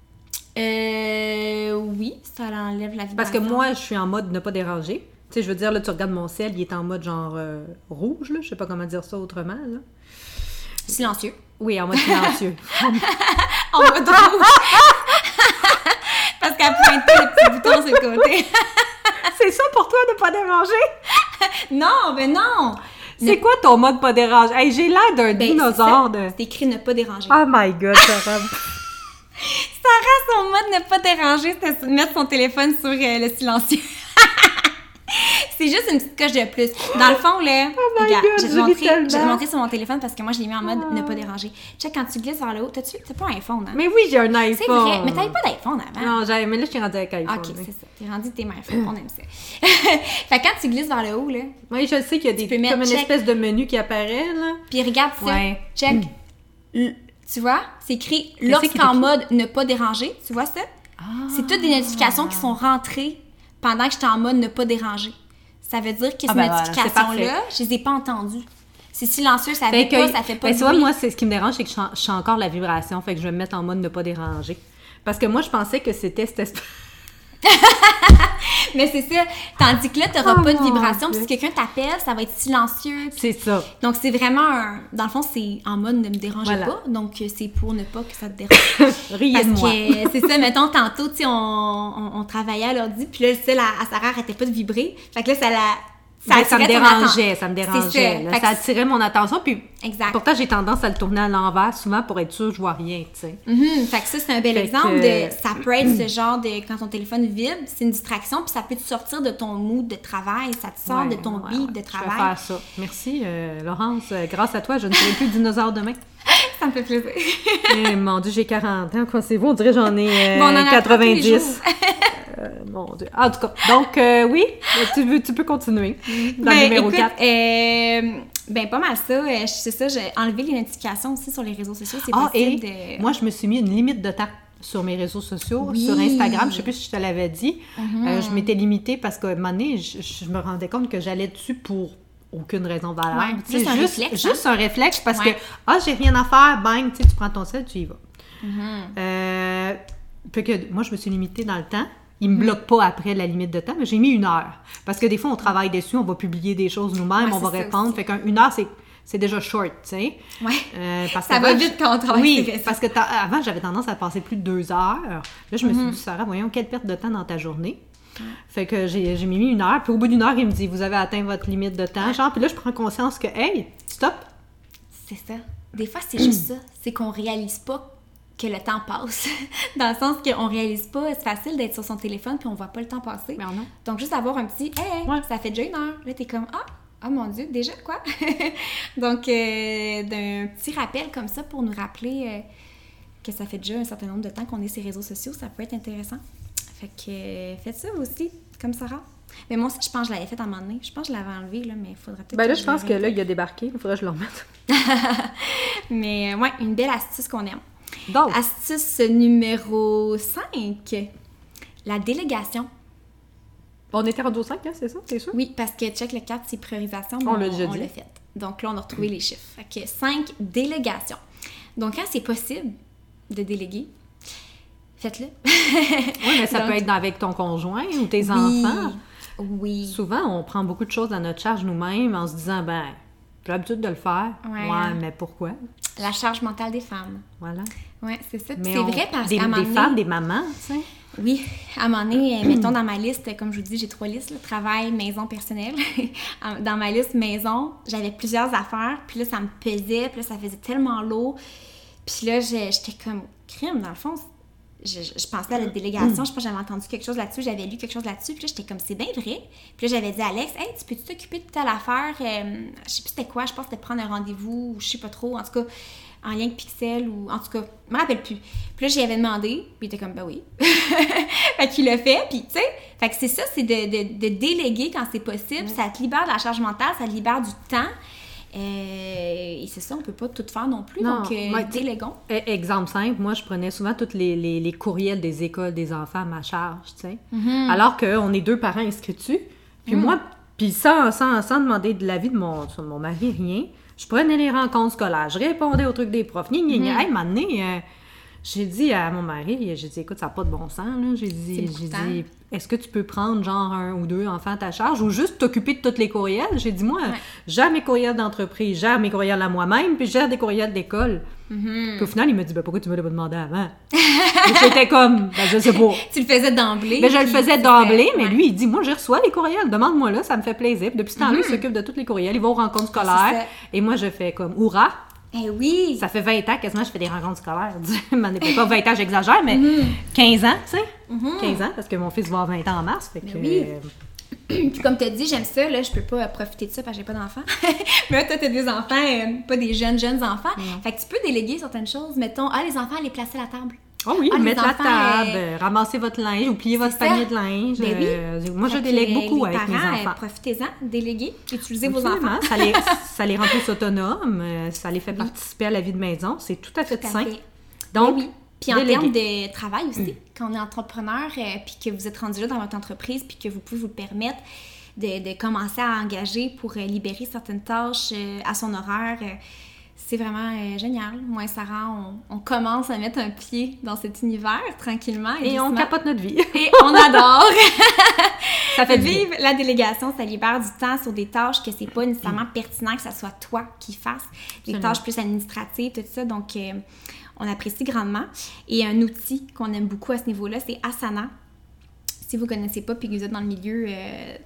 Euh, oui, ça enlève la vibration. Parce que moi, je suis en mode ne pas déranger. Tu sais, je veux dire, là, tu regardes mon cell, il est en mode genre euh, rouge, là. Je sais pas comment dire ça autrement, là. Silencieux. Oui, en mode silencieux. En mode rouge. Parce qu'elle pointe pas les petits boutons sur le côté. C'est ça pour toi, de pas déranger? Non, mais non! C'est ne... quoi ton mode pas déranger? Hey, j'ai l'air d'un ben, dinosaure. C'est, de... c'est écrit ne pas déranger. Oh my God, Sarah. Sarah, son mode ne pas déranger, c'est mettre son téléphone sur euh, le silencieux. C'est juste une petite coche de plus. Dans le fond, là, oh regarde, God, je vais te montrer, je vais te montrer sur mon téléphone parce que moi, je l'ai mis en mode oh. ne pas déranger. Check, quand tu glisses vers le haut, t'as-tu, t'as pas un iPhone, hein? Mais oui, j'ai un iPhone. C'est vrai, mais t'avais pas d'iPhone avant. Non, j'avais, mais là, je suis rendue avec iPhone. OK, mais... c'est ça. T'es rendue, t'es ma iPhone, on aime ça. Fait que quand tu glisses vers le haut, là... Oui, je sais qu'il y a des, comme une check. espèce de menu qui apparaît, là. Puis regarde ça. Ouais. Check. Mm. Tu vois, c'est écrit lorsqu'en mode ne pas déranger. Tu vois ça? Ah. C'est toutes des notifications qui sont rentrées pendant que j'étais en mode ne pas déranger. Ça veut dire que ces ah ben notifications-là, voilà, je les ai pas entendues. C'est silencieux, ça fait pas, ça fait pas ben de bruit. Tu vois, moi, c'est, ce qui me dérange, c'est que je sens, je sens encore la vibration, fait que je vais me mettre en mode ne pas déranger. Parce que moi, je pensais que c'était cette espèce... Mais c'est ça. Tandis que là, tu n'auras oh pas de vibration. Puis si quelqu'un t'appelle, ça va être silencieux. C'est ça. Donc, c'est vraiment un... Dans le fond, c'est en mode ne me dérangez voilà. pas. Donc, c'est pour ne pas que ça te dérange. Riez Parce de moi. que c'est ça, mettons, tantôt, tu sais, on, on, on travaillait à l'ordi. Puis là, le cell à, à Sarah arrêtait pas de vibrer. Fait que là, ça la... Ça, ben, ça me attirait ton dérangeait, atten- ça me C'est dérangeait. ça. là. Fait Ça que- attirait mon attention, puis Exact. pourtant, j'ai tendance à le tourner à l'envers souvent pour être sûre que je vois rien, tu sais. Mhm. Fait que ça, c'est un bel Fait exemple que- de... Ça peut être ce genre de... Quand ton téléphone vibre, c'est une distraction, puis ça peut te sortir de ton mood de travail, ça te sort Ouais, de ton ouais, beat ouais. de Je vais travail. faire ça. Merci, euh, Laurence. Euh, grâce à toi, je ne serai plus dinosaure demain. Ça me fait plaisir. Eh, mon Dieu, j'ai quarante ans, quoi, c'est vous? On dirait que j'en ai euh, Bon, on en apprend tous les quatre-vingt-dix. jours. Euh, mon Dieu. En tout cas, donc, euh, oui, tu, veux, tu peux continuer dans Ben, le numéro écoute, quatre. euh, ben, pas mal ça. Euh, C'est ça, j'ai enlevé les notifications aussi sur les réseaux sociaux. C'est Ah, et possible de... moi, je me suis mis une limite de temps sur mes réseaux sociaux, Oui. sur Instagram. Je sais plus si je te l'avais dit. Mhm. Euh, je m'étais limitée parce qu'à un moment donné, je, je me rendais compte que j'allais dessus pour aucune raison valable. Ouais, Tu sais, juste un juste, réflexe, juste un réflexe parce Ouais. que, ah, j'ai rien à faire, bang, tu sais, tu prends ton sel, tu y vas. Mhm. Euh, fait que moi, je me suis limitée dans le temps. Il me bloque pas après la limite de temps, mais j'ai mis une heure. Parce que des fois, on travaille dessus, on va publier des choses nous-mêmes, Ouais, on va c'est ça répondre. aussi. Fait qu'une heure, c'est, c'est déjà short, tu sais. Ouais. Euh, parce Ça qu'avant, va vite je- quand on travaille, Oui, c'est vrai, ça. parce que t'as- avant, j'avais tendance à passer plus de deux heures. Là, je me Mm-hmm. suis dit, Sarah, voyons, quelle perte de temps dans ta journée. Fait que j'ai, j'ai mis une heure. Puis au bout d'une heure, il me dit, vous avez atteint votre limite de temps. Genre, puis là, je prends conscience que, hey, stop. C'est ça. Des fois, c'est juste ça. C'est qu'on réalise pas que le temps passe. Dans le sens qu'on réalise pas, c'est facile d'être sur son téléphone puis on voit pas le temps passer. Mais non. Donc, juste avoir un petit « Hey, Ouais. ça fait déjà une heure. » Là, t'es comme « Ah, oh mon Dieu, déjà quoi? » Donc, euh, d'un petit rappel comme ça pour nous rappeler euh, que ça fait déjà un certain nombre de temps qu'on est sur les réseaux sociaux, ça peut être intéressant. Fait que euh, faites ça aussi, comme Sarah. Mais moi aussi, je pense que je l'avais fait à un moment donné. Je pense que je l'avais enlevé, là, mais il faudrait peut-être Ben là, que je pense le que là, il a débarqué. Il faudrait que je le remette. Mais euh, ouais, une belle astuce qu'on aime. Donc, Astuce numéro cinq, la délégation. on était rendu au cinq, hein, c'est ça? C'est sûr? Oui, parce que check le quatre, c'est priorisation. mais On l'a déjà dit. l'a fait. Donc là, on a retrouvé les chiffres. Fait que cinq, délégation. Donc quand c'est possible de déléguer, faites-le. Oui, mais ça Donc, peut être avec ton conjoint ou tes oui, enfants. Oui. Souvent, on prend beaucoup de choses à notre charge nous-mêmes en se disant, ben, j'ai l'habitude de le faire. Ouais. Ouais, mais pourquoi? La charge mentale des femmes. Voilà. Ouais, c'est ça. Puis Mais c'est on- vrai parce des, qu'à un moment des donné- femmes, des mamans, tu sais. Oui, à un moment donné, euh, mettons dans ma liste, comme je vous dis, j'ai trois listes, là, travail, maison, personnel. Dans ma liste maison, j'avais plusieurs affaires, puis là, ça me pesait, puis là, ça faisait tellement lourd. Puis là, j'ai- j'étais comme crime, dans le fond. Je, je- je pensais à la délégation, je pense que j'avais entendu quelque chose là-dessus, j'avais lu quelque chose là-dessus, puis là, j'étais comme, c'est bien vrai. Puis là, j'avais dit à Alex, hey, tu peux-tu t'occuper de telle affaire? Euh, je sais plus c'était quoi, je pense que c'était prendre un rendez-vous, ou je sais pas trop, en tout cas, en lien avec Pixel, ou en tout cas, je me rappelle plus. Puis là, j'y avais demandé, puis il était comme, ben oui. Fait qu'il l'a fait, puis tu sais, fait que c'est ça, c'est de, de, de déléguer quand c'est possible, ça te libère de la charge mentale, ça te libère du temps. Euh, et c'est ça, on peut pas tout faire non plus, Non, donc euh, ouais, délégons. E- Exemple simple, moi, je prenais souvent tous les, les, les courriels des écoles des enfants à ma charge, tu sais. Mm-hmm. Alors qu'on est deux parents inscrits dessus. Puis Mm. moi, puis sans, sans, sans demander de l'avis de mon, de mon mari, rien, je prenais les rencontres scolaires, je répondais aux trucs des profs, gna, gna, Mm-hmm. gna. Hey, un moment donné, euh, j'ai dit à mon mari, j'ai dit, écoute, ça n'a pas de bon sens, là. J'ai C'est dit, beaucoup j'ai de temps. dit, est-ce que tu peux prendre genre un ou deux enfants à ta charge ou juste t'occuper de tous les courriels? J'ai dit, moi, Ouais. je gère mes courriels d'entreprise, je gère mes courriels à moi-même, puis je gère des courriels d'école. Mm-hmm. Puis au final, il m'a dit, ben, pourquoi tu me l'as pas demandé avant? Et j'étais comme, ben, je sais pas. Tu le faisais d'emblée. Mais je le puis faisais tu d'emblée, fais- mais ouais. lui, il dit, moi, je reçois les courriels, demande-moi là, ça me fait plaisir. Puis depuis ce temps-là, il s'occupe de tous les courriels, il va aux rencontres C'est scolaires. ça. Et moi, je fais comme, hurrah! Eh oui! Ça fait vingt ans quasiment, je fais des rencontres scolaires. Pas vingt ans, j'exagère, mais quinze ans, tu sais. quinze ans, parce que mon fils va avoir vingt ans en mars. Fait que, Ben oui. euh, Puis comme tu as dit, j'aime ça, là, je peux pas euh, profiter de ça parce que j'ai pas d'enfants. Mais là, toi, t'as des enfants, euh, pas des jeunes, jeunes enfants. Fait que tu peux déléguer certaines choses. Mettons, ah, les enfants, les placer à la table. Oh oui, Ah, les mettre la enfants, table, euh, euh, ramasser votre linge, oublier votre c'est panier ça. de linge. Ben oui. euh, moi, je Fait que, délègue euh, beaucoup les avec mes parents, enfants. euh, profitez-en, déléguez, utilisez vos Absolument. enfants. Ça les, ça les rend plus autonomes, euh, ça les fait participer à la vie de maison. C'est tout à fait Tout à sain. fait. Donc, Ben oui. Puis en déléguer. termes de travail aussi, quand on est entrepreneur, euh, puis que vous êtes rendu là dans votre entreprise, puis que vous pouvez vous le permettre de, de commencer à engager pour euh, libérer certaines tâches euh, à son horaire, euh, c'est vraiment euh, génial. Moi et Sarah, on, on commence à mettre un pied dans cet univers tranquillement. Et, Et on doucement. capote notre vie. Et on adore! Ça fait du bien. Vive la délégation, ça libère du temps sur des tâches que c'est pas nécessairement pertinent que ça soit toi qui fasses. Des Absolument. tâches plus administratives, tout ça. Donc, euh, on apprécie grandement. Et un outil qu'on aime beaucoup à ce niveau-là, c'est Asana. Si vous connaissez pas puis que vous êtes dans le milieu euh,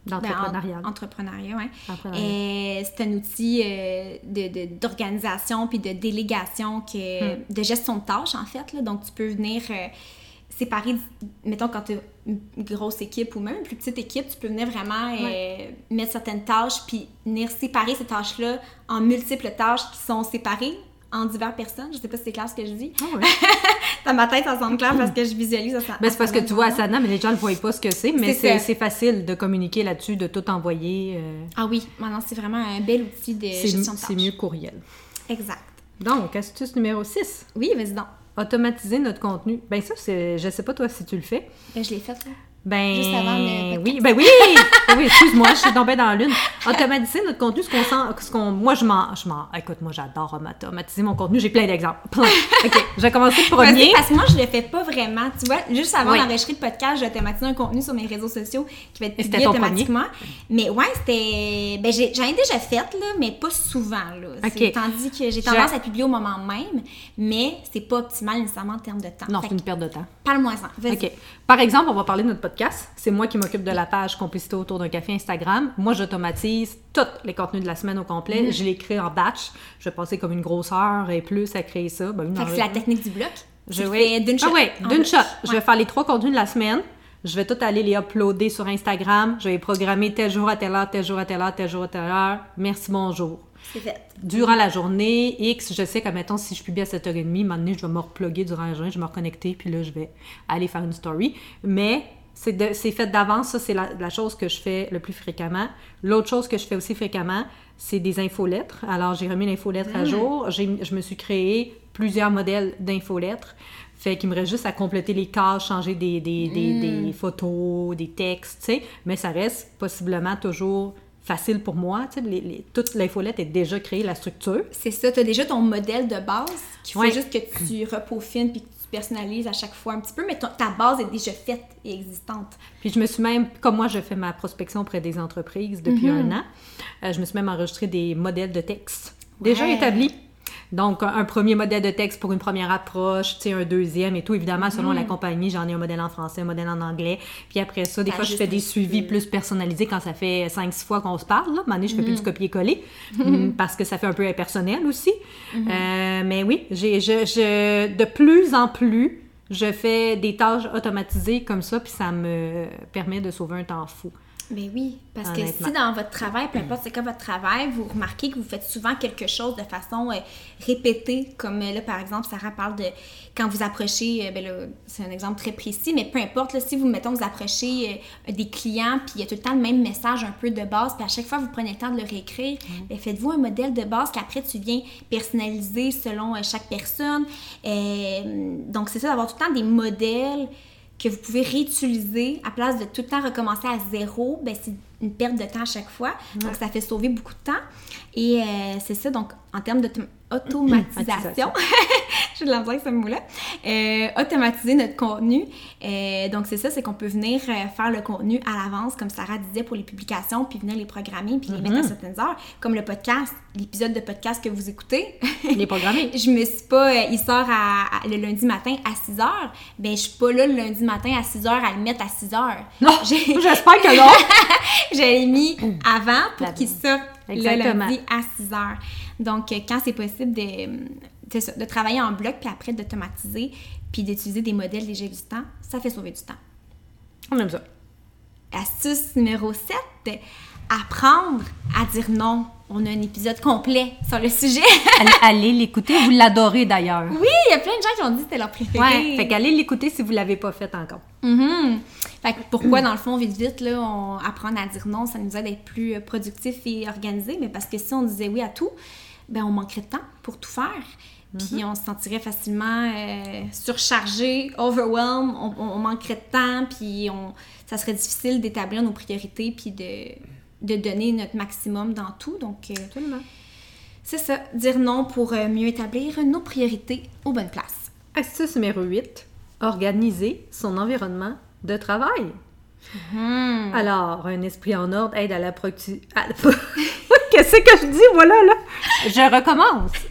D'entrepreneuriat. Ben, en, entrepreneuriat, oui. Euh, c'est un outil euh, de, de, d'organisation puis de délégation, que, hmm. de gestion de tâches, en fait. Là. Donc, tu peux venir euh, séparer, mettons, quand tu as une grosse équipe ou même une plus petite équipe, tu peux venir vraiment euh, ouais. mettre certaines tâches puis venir séparer ces tâches-là en multiples tâches qui sont séparées en diverses personnes. Je sais pas si c'est clair ce que je dis. Oh ouais. Dans ma tête, ça semble clair parce que je visualise ça. Ben, c'est parce que tu vois Asana, mais les gens ne voient pas ce que c'est, mais c'est, c'est, c'est facile de communiquer là-dessus, de tout envoyer. Euh... Ah oui, maintenant, c'est vraiment un bel outil de c'est gestion m- de tâches. C'est mieux courriel. Exact. Donc, astuce numéro six. Oui, vas-y donc. Automatiser notre contenu. Ben ça, c'est, je sais pas toi si tu le fais. Ben, je l'ai fait, là. Ben, juste avant le oui, ben oui, oui, excuse-moi, je suis tombée dans la lune. Automatiser notre contenu, ce qu'on sent, ce qu'on, moi je m'en, je m'en, écoute, moi j'adore automatiser mon contenu, j'ai plein d'exemples. Ok, je vais commencer le premier. Parce que moi je le fais pas vraiment, tu vois, juste avant oui. d'enregistrer le podcast, j'ai automatisé un contenu sur mes réseaux sociaux qui va être publié automatiquement. Mais ouais, c'était, ben j'ai, j'en ai déjà fait là, mais pas souvent là. Okay. Tandis que j'ai tendance je... à publier au moment même, mais c'est pas optimal nécessairement en termes de temps. Non, fait c'est une perte de temps. Parle-moi-en, vas-y. Ok. Par exemple, on va parler de notre podcast. C'est moi qui m'occupe de la page Complicité autour d'un café Instagram. Moi, j'automatise tous les contenus de la semaine au complet. Mm. Je les crée en batch. Je vais passer comme une grosse heure et plus à créer ça. Ben, fait que c'est la technique du bloc. Je vais d'une shot. Ah oui, d'une bloc. shot. Ouais. Je vais faire les trois contenus de la semaine. Je vais tout aller les uploader sur Instagram. Je vais les programmer tel jour à telle heure, tel jour à telle heure, tel jour à telle heure. Merci, bonjour. C'est fait. Durant la journée, X, je sais que, mettons, si je publie à sept heures trente, à un moment donné, je vais me reploguer durant la journée, je vais me reconnecter, puis là, je vais aller faire une story. Mais c'est, de, c'est fait d'avance, ça, c'est la, la chose que je fais le plus fréquemment. L'autre chose que je fais aussi fréquemment, c'est des infolettres. Alors, j'ai remis l'infolettre mmh. à jour. J'ai, je me suis créé plusieurs modèles d'infolettres. Fait qu'il me reste juste à compléter les cases, changer des, des, des, mmh. des photos, des textes, tu sais. Mais ça reste possiblement toujours facile pour moi, tu sais, les, les, toute l'infolette est déjà créée, la structure. C'est ça, tu as déjà ton modèle de base, qu'il faut ouais. juste que tu repeaufines puis que tu personnalises à chaque fois un petit peu, mais ton, ta base est déjà faite et existante. Puis je me suis même, comme moi je fais ma prospection auprès des entreprises depuis mm-hmm. un an, euh, je me suis même enregistré des modèles de texte ouais. déjà établis. Donc, un premier modèle de texte pour une première approche, tu sais, un deuxième et tout. Évidemment, selon mmh. la compagnie, j'en ai un modèle en français, un modèle en anglais. Puis après ça, des ah, fois, je fais des suivis plus personnalisés quand ça fait cinq six fois qu'on se parle. Là. À un moment donné, je fais mmh. plus du copier-coller mmh. parce que ça fait un peu impersonnel aussi. Mmh. Euh, mais oui, j'ai, je, je, de plus en plus, je fais des tâches automatisées comme ça, puis ça me permet de sauver un temps fou. Ben oui, parce que si dans votre travail, peu importe c'est quoi votre travail, vous remarquez que vous faites souvent quelque chose de façon euh, répétée, comme là, par exemple, Sarah parle de quand vous approchez, euh, ben là, c'est un exemple très précis, mais peu importe, là, si vous, mettons, vous approchez euh, des clients, puis il y a tout le temps le même message un peu de base, puis à chaque fois, vous prenez le temps de le réécrire, mmh. ben faites-vous un modèle de base qu'après, tu viens personnaliser selon euh, chaque personne. Euh, donc, c'est ça, d'avoir tout le temps des modèles que vous pouvez réutiliser à place de tout le temps recommencer à zéro, ben c'est une perte de temps à chaque fois. Ouais. Donc, ça fait sauver beaucoup de temps. Et euh, c'est ça, donc, en termes d'automatisation, j'ai de la misère avec ce mot-là, euh, automatiser notre contenu. Euh, donc, c'est ça, c'est qu'on peut venir euh, faire le contenu à l'avance, comme Sarah disait, pour les publications, puis venir les programmer, puis les mm-hmm. mettre à certaines heures. Comme le podcast, l'épisode de podcast que vous écoutez. Il est programmé. Je me suis pas... Euh, il sort à, à, le lundi matin à six heures. Ben, je suis pas là le lundi matin à six heures à le mettre à six heures. Non, J'ai... j'espère que non. J'avais mis avant pour La qu'il sorte le lundi à six heures. Donc, quand c'est possible de, de, ça, de travailler en bloc, puis après d'automatiser, puis d'utiliser des modèles déjà existants, ça fait sauver du temps. On aime ça. Astuce numéro sept, apprendre à dire non. On a un épisode complet sur le sujet. allez, allez l'écouter, vous l'adorez d'ailleurs. Oui, il y a plein de gens qui ont dit que c'était leur préféré. Ouais, fait qu'allez l'écouter si vous ne l'avez pas fait encore. Mm-hmm. Fait que pourquoi, dans le fond, vite, vite, là, on apprendre à dire non, ça nous aide à être plus productif et organisé, mais parce que si on disait oui à tout, ben on manquerait de temps pour tout faire. Puis mm-hmm. on se sentirait facilement euh, surchargé, overwhelmed, on, on manquerait de temps, puis on, ça serait difficile d'établir nos priorités, puis de... de donner notre maximum dans tout. Donc, euh, c'est ça, dire non pour euh, mieux établir nos priorités aux bonnes places. Astuce numéro huit, organiser son environnement de travail. Mmh. Alors, un esprit en ordre aide à la productivité... Qu'est-ce que je dis, voilà, là? Je recommence.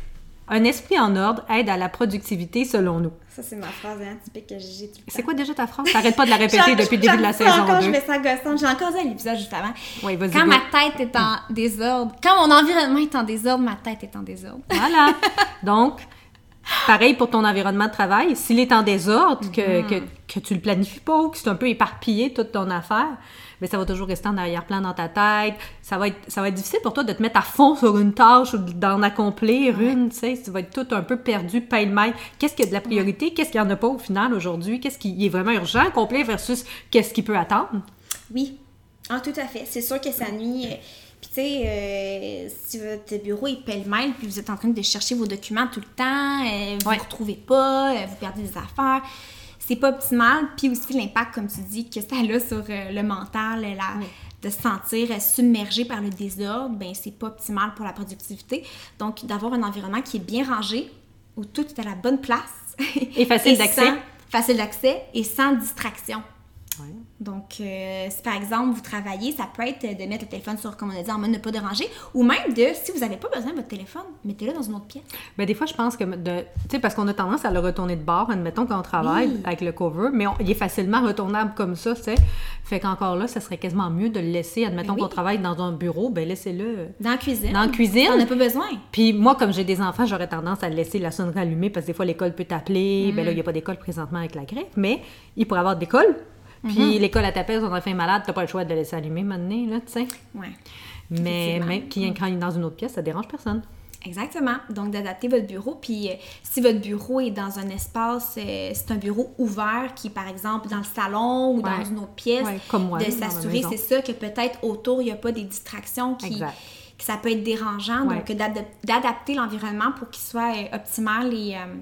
Un esprit en ordre aide à la productivité selon nous. Ça, c'est ma phrase hein, typique que j'ai tout le temps. C'est quoi déjà ta phrase? T'arrêtes pas de la répéter depuis le début de la saison encore, deux. Je me sens gossante. J'ai encore dit à l'épisode juste avant. Oui, vas-y. Quand go. ma tête est en désordre, quand mon environnement est en désordre, ma tête est en désordre. Voilà. Donc, pareil pour ton environnement de travail. S'il est en désordre, que, Mm-hmm. que, que tu le planifies pas ou que c'est un peu éparpillé toute ton affaire, mais ça va toujours rester en arrière-plan dans ta tête. Ça va être, ça va être difficile pour toi de te mettre à fond sur une tâche ou d'en accomplir ouais. une, tu sais. Tu vas être tout un peu perdu, pêle-mêle. Qu'est-ce qui a de la priorité? Ouais. Qu'est-ce qu'il n'y en a pas au final aujourd'hui? Qu'est-ce qui est vraiment urgent, complet versus qu'est-ce qui peut attendre? Oui. Ah, tout à fait. C'est sûr que ça nuit. Puis, tu sais, euh, si votre bureau est pêle-mêle, puis vous êtes en train de chercher vos documents tout le temps, euh, vous ne ouais. vous retrouvez pas, euh, vous perdez des affaires, c'est pas optimal. Puis aussi l'impact, comme tu dis, que ça a sur euh, le mental, la, oui. de se sentir euh, submergé par le désordre, ben c'est pas optimal pour la productivité. Donc, d'avoir un environnement qui est bien rangé, où tout est à la bonne place. Et facile et d'accès. Sans, facile d'accès et sans distraction. Oui. Donc, euh, si par exemple, vous travaillez, ça peut être de mettre le téléphone sur, comme on a dit, en mode ne pas déranger, ou même de, si vous n'avez pas besoin de votre téléphone, mettez-le dans une autre pièce. Bien, des fois, je pense que, de, tu sais, parce qu'on a tendance à le retourner de bord, admettons qu'on travaille oui. avec le cover, mais on, il est facilement retournable comme ça, tu sais. Fait qu'encore là, ça serait quasiment mieux de le laisser, admettons oui. qu'on travaille dans un bureau, bien, laissez-le... Dans la cuisine. Dans la cuisine. On n'a pas besoin. Puis moi, comme j'ai des enfants, j'aurais tendance à laisser la sonnerie allumée, parce que des fois, l'école peut t'appeler, mm. bien là, il n'y a pas d'école présentement avec la grève, mais il pourrait y avoir d'école. Puis mm-hmm. l'école à t'appelle, ton enfant est malade, t'as pas le choix de le laisser allumer maintenant, là, tu sais. Ouais. Mais même qu'il y ait dans une autre pièce, ça dérange personne. Exactement. Donc, d'adapter votre bureau. Puis, euh, si votre bureau est dans un espace, euh, c'est un bureau ouvert qui est, par exemple, dans le salon ou ouais. dans une autre pièce, ouais, comme moi, de s'assurer, c'est ça, que peut-être autour, il n'y a pas des distractions qui... Exact. que ça peut être dérangeant. Ouais. Donc, d'ad- d'adapter l'environnement pour qu'il soit euh, optimal et... Euh,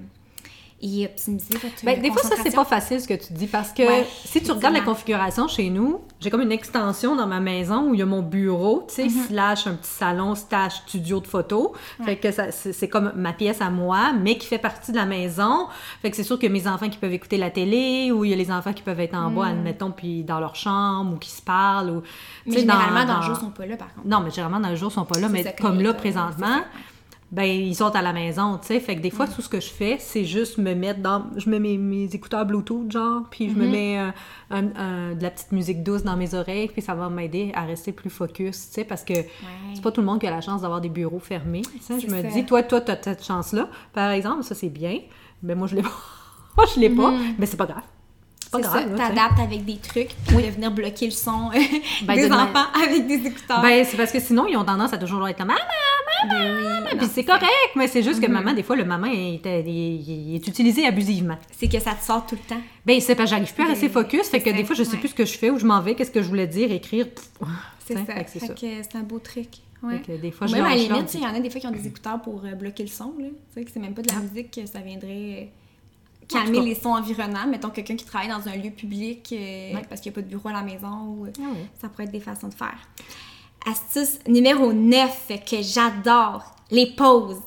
et optimiser votre ben, des fois, ça, c'est pas facile ce que tu dis parce que ouais, si tu regardes la configuration chez nous, j'ai comme une extension dans ma maison où il y a mon bureau, tu sais, mm-hmm. slash un petit salon, slash studio de photo. Ouais. Fait que ça, c'est, c'est comme ma pièce à moi, mais qui fait partie de la maison. Fait que c'est sûr que mes enfants qui peuvent écouter la télé ou il y a les enfants qui peuvent être en mm. bas, admettons, puis dans leur chambre ou qui se parlent. Ou, mais généralement, dans, dans le jour, ils sont pas là, par contre. Non, mais généralement, dans le jour, ils sont pas là, c'est mais comme là, présentement... ben ils sont à la maison, tu sais. Fait que des fois, mm. tout ce que je fais, c'est juste me mettre dans... Je mets mes, mes écouteurs Bluetooth, genre, puis je mm-hmm. me mets euh, un, un, de la petite musique douce dans mes oreilles, puis ça va m'aider à rester plus focus, tu sais, parce que ouais. c'est pas tout le monde qui a la chance d'avoir des bureaux fermés, tu sais. Je me ça. dis, toi, toi, t'as cette chance-là, par exemple, ça, c'est bien, mais moi, je l'ai pas. moi, je l'ai pas, mm. mais c'est pas grave. C'est pas grave. Tu t'adaptes avec des trucs, puis oui. de venir bloquer le son ben, des de enfants ma... avec des écouteurs. Ben, c'est parce que sinon, ils ont tendance à toujours être comme « Maman, maman! Ben » oui, Puis c'est correct, mais c'est juste mm-hmm. que maman, des fois, le maman est, est, est, est utilisé abusivement. C'est que ça te sort tout le temps. Ben, c'est parce que j'arrive plus à rester focus, fait que des fois, je sais ouais. plus ce que je fais, où je m'en vais, qu'est-ce que je voulais dire, écrire. C'est ça. Fait que c'est, fait ça. Que c'est un beau truc. Ouais. Que des fois, je même à la limite, il y en a des fois qui ont des écouteurs pour euh, bloquer le son. Tu sais, que c'est même pas de la musique, que ça viendrait... calmer les sons environnants, mettons quelqu'un qui travaille dans un lieu public euh, ouais. parce qu'il n'y a pas de bureau à la maison, ou, ah ouais. ça pourrait être des façons de faire. Astuce numéro neuf que j'adore, les pauses.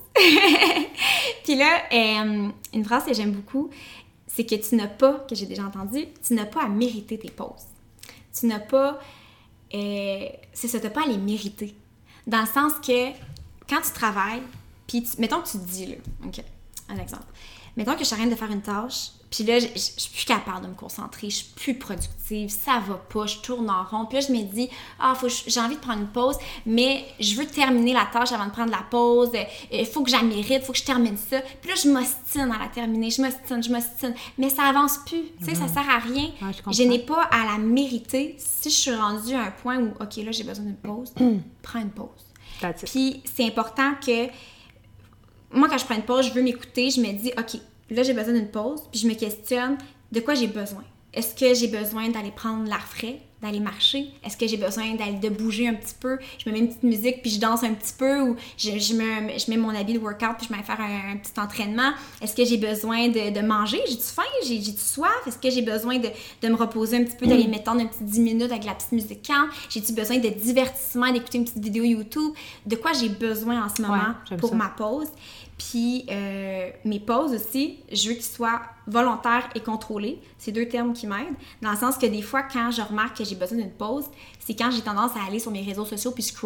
Puis là, euh, une phrase que j'aime beaucoup, c'est que tu n'as pas, que j'ai déjà entendu, tu n'as pas à mériter tes pauses. Tu n'as pas, euh, c'est ça, tu n'as pas à les mériter. Dans le sens que quand tu travailles, puis mettons que tu te dis, là, ok, un exemple. Mettons que je suis en train de faire une tâche, puis là, je, je, je suis plus capable de me concentrer, je suis plus productive, ça va pas, je tourne en rond. Puis là, je me dis, ah, faut, j'ai envie de prendre une pause, mais je veux terminer la tâche avant de prendre la pause, il faut que je la mérite, il faut que je termine ça. Puis là, je m'ostine à la terminer, je m'ostine, je m'ostine, mais ça avance plus, tu sais, mmh. ça sert à rien. Ouais, je, je n'ai pas à la mériter si je suis rendue à un point où, ok, là, j'ai besoin d'une pause, mmh. prends une pause. Puis c'est important que moi, quand je prends une pause, je veux m'écouter, je me dis, OK, là, j'ai besoin d'une pause, puis je me questionne de quoi j'ai besoin. Est-ce que j'ai besoin d'aller prendre l'air frais, d'aller marcher? Est-ce que j'ai besoin d'aller, de bouger un petit peu? Je me mets une petite musique, puis je danse un petit peu, ou je, je, me, je mets mon habit de workout, puis je vais faire un, un petit entraînement. Est-ce que j'ai besoin de, de manger? J'ai-tu faim? J'ai, j'ai-tu soif? Est-ce que j'ai besoin de, de me reposer un petit peu, d'aller m'étendre un petit dix minutes avec la petite musique calme? J'ai-tu besoin de divertissement, d'écouter une petite vidéo YouTube? De quoi j'ai besoin en ce moment ouais, pour ça. Ma pause? Puis euh, mes pauses aussi, je veux qu'ils soient volontaires et contrôlés. C'est deux termes qui m'aident. Dans le sens que des fois, quand je remarque que j'ai besoin d'une pause, c'est quand j'ai tendance à aller sur mes réseaux sociaux puis scroller.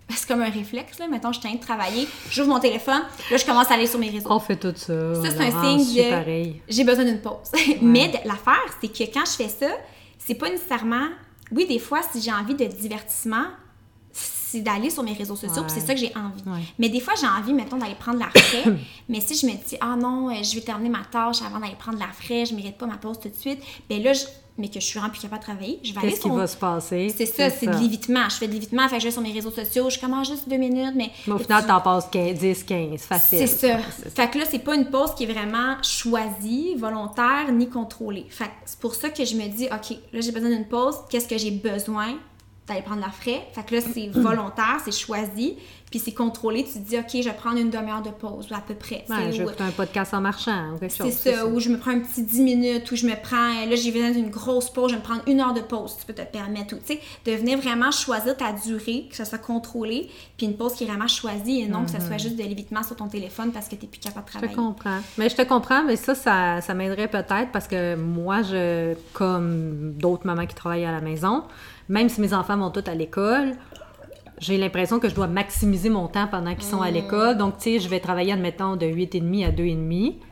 c'est comme un réflexe, là. Mettons, je suis en train de travailler, j'ouvre mon téléphone, là, je commence à aller sur mes réseaux. On fait tout ça. Ça, c'est Laurence, un signe de... pareil. J'ai besoin d'une pause. Ouais. Mais de, l'affaire, c'est que quand je fais ça, c'est pas nécessairement... Oui, des fois, si j'ai envie de divertissement, c'est d'aller sur mes réseaux sociaux, ouais. puis c'est ça que j'ai envie. Ouais. Mais des fois, j'ai envie, mettons, d'aller prendre l'air frais. Mais si je me dis, ah non, je vais terminer ma tâche avant d'aller prendre l'air frais, je mérite pas ma pause tout de suite, bien là, je... mais que je suis vraiment plus capable de travailler, je vais aller Qu'est-ce sur... qui va se passer? C'est ça, c'est, c'est de l'évitement. Je fais de l'évitement, fait que je vais sur mes réseaux sociaux, je commence juste deux minutes, mais... Mais au final, tu... t'en passes dix, quinze, facile. C'est ça. C'est ça. Fait que là, c'est pas une pause qui est vraiment choisie, volontaire, ni contrôlée. Fait que c'est pour ça que je me dis, OK, là, j'ai besoin d'une pause, qu'est-ce que j'ai besoin d'aller prendre l'air frais? Fait que là, c'est volontaire, c'est choisi, puis c'est contrôlé. Tu te dis, OK, je vais prendre une demi-heure de pause, à peu près. Ouais, je vais ou... écouter un podcast en marchant ou quelque c'est chose. Ça, c'est ça, ou je me prends un petit dix minutes, ou je me prends, là, j'ai besoin d'une grosse pause, je vais me prendre une heure de pause, tu peux te permettre. Tu sais, de venir vraiment choisir ta durée, que ça soit contrôlé, puis une pause qui est vraiment choisie, et non mm-hmm. que ça soit juste de l'évitement sur ton téléphone parce que tu n'es plus capable de travailler. Je te comprends. Mais je te comprends, mais ça, ça, ça m'aiderait peut-être parce que moi, je, comme d'autres mamans qui travaillent à la maison, même si mes enfants vont tous à l'école, j'ai l'impression que je dois maximiser mon temps pendant qu'ils sont à l'école. Donc, tu sais, je vais travailler, admettons, de huit heures trente à deux heures trente.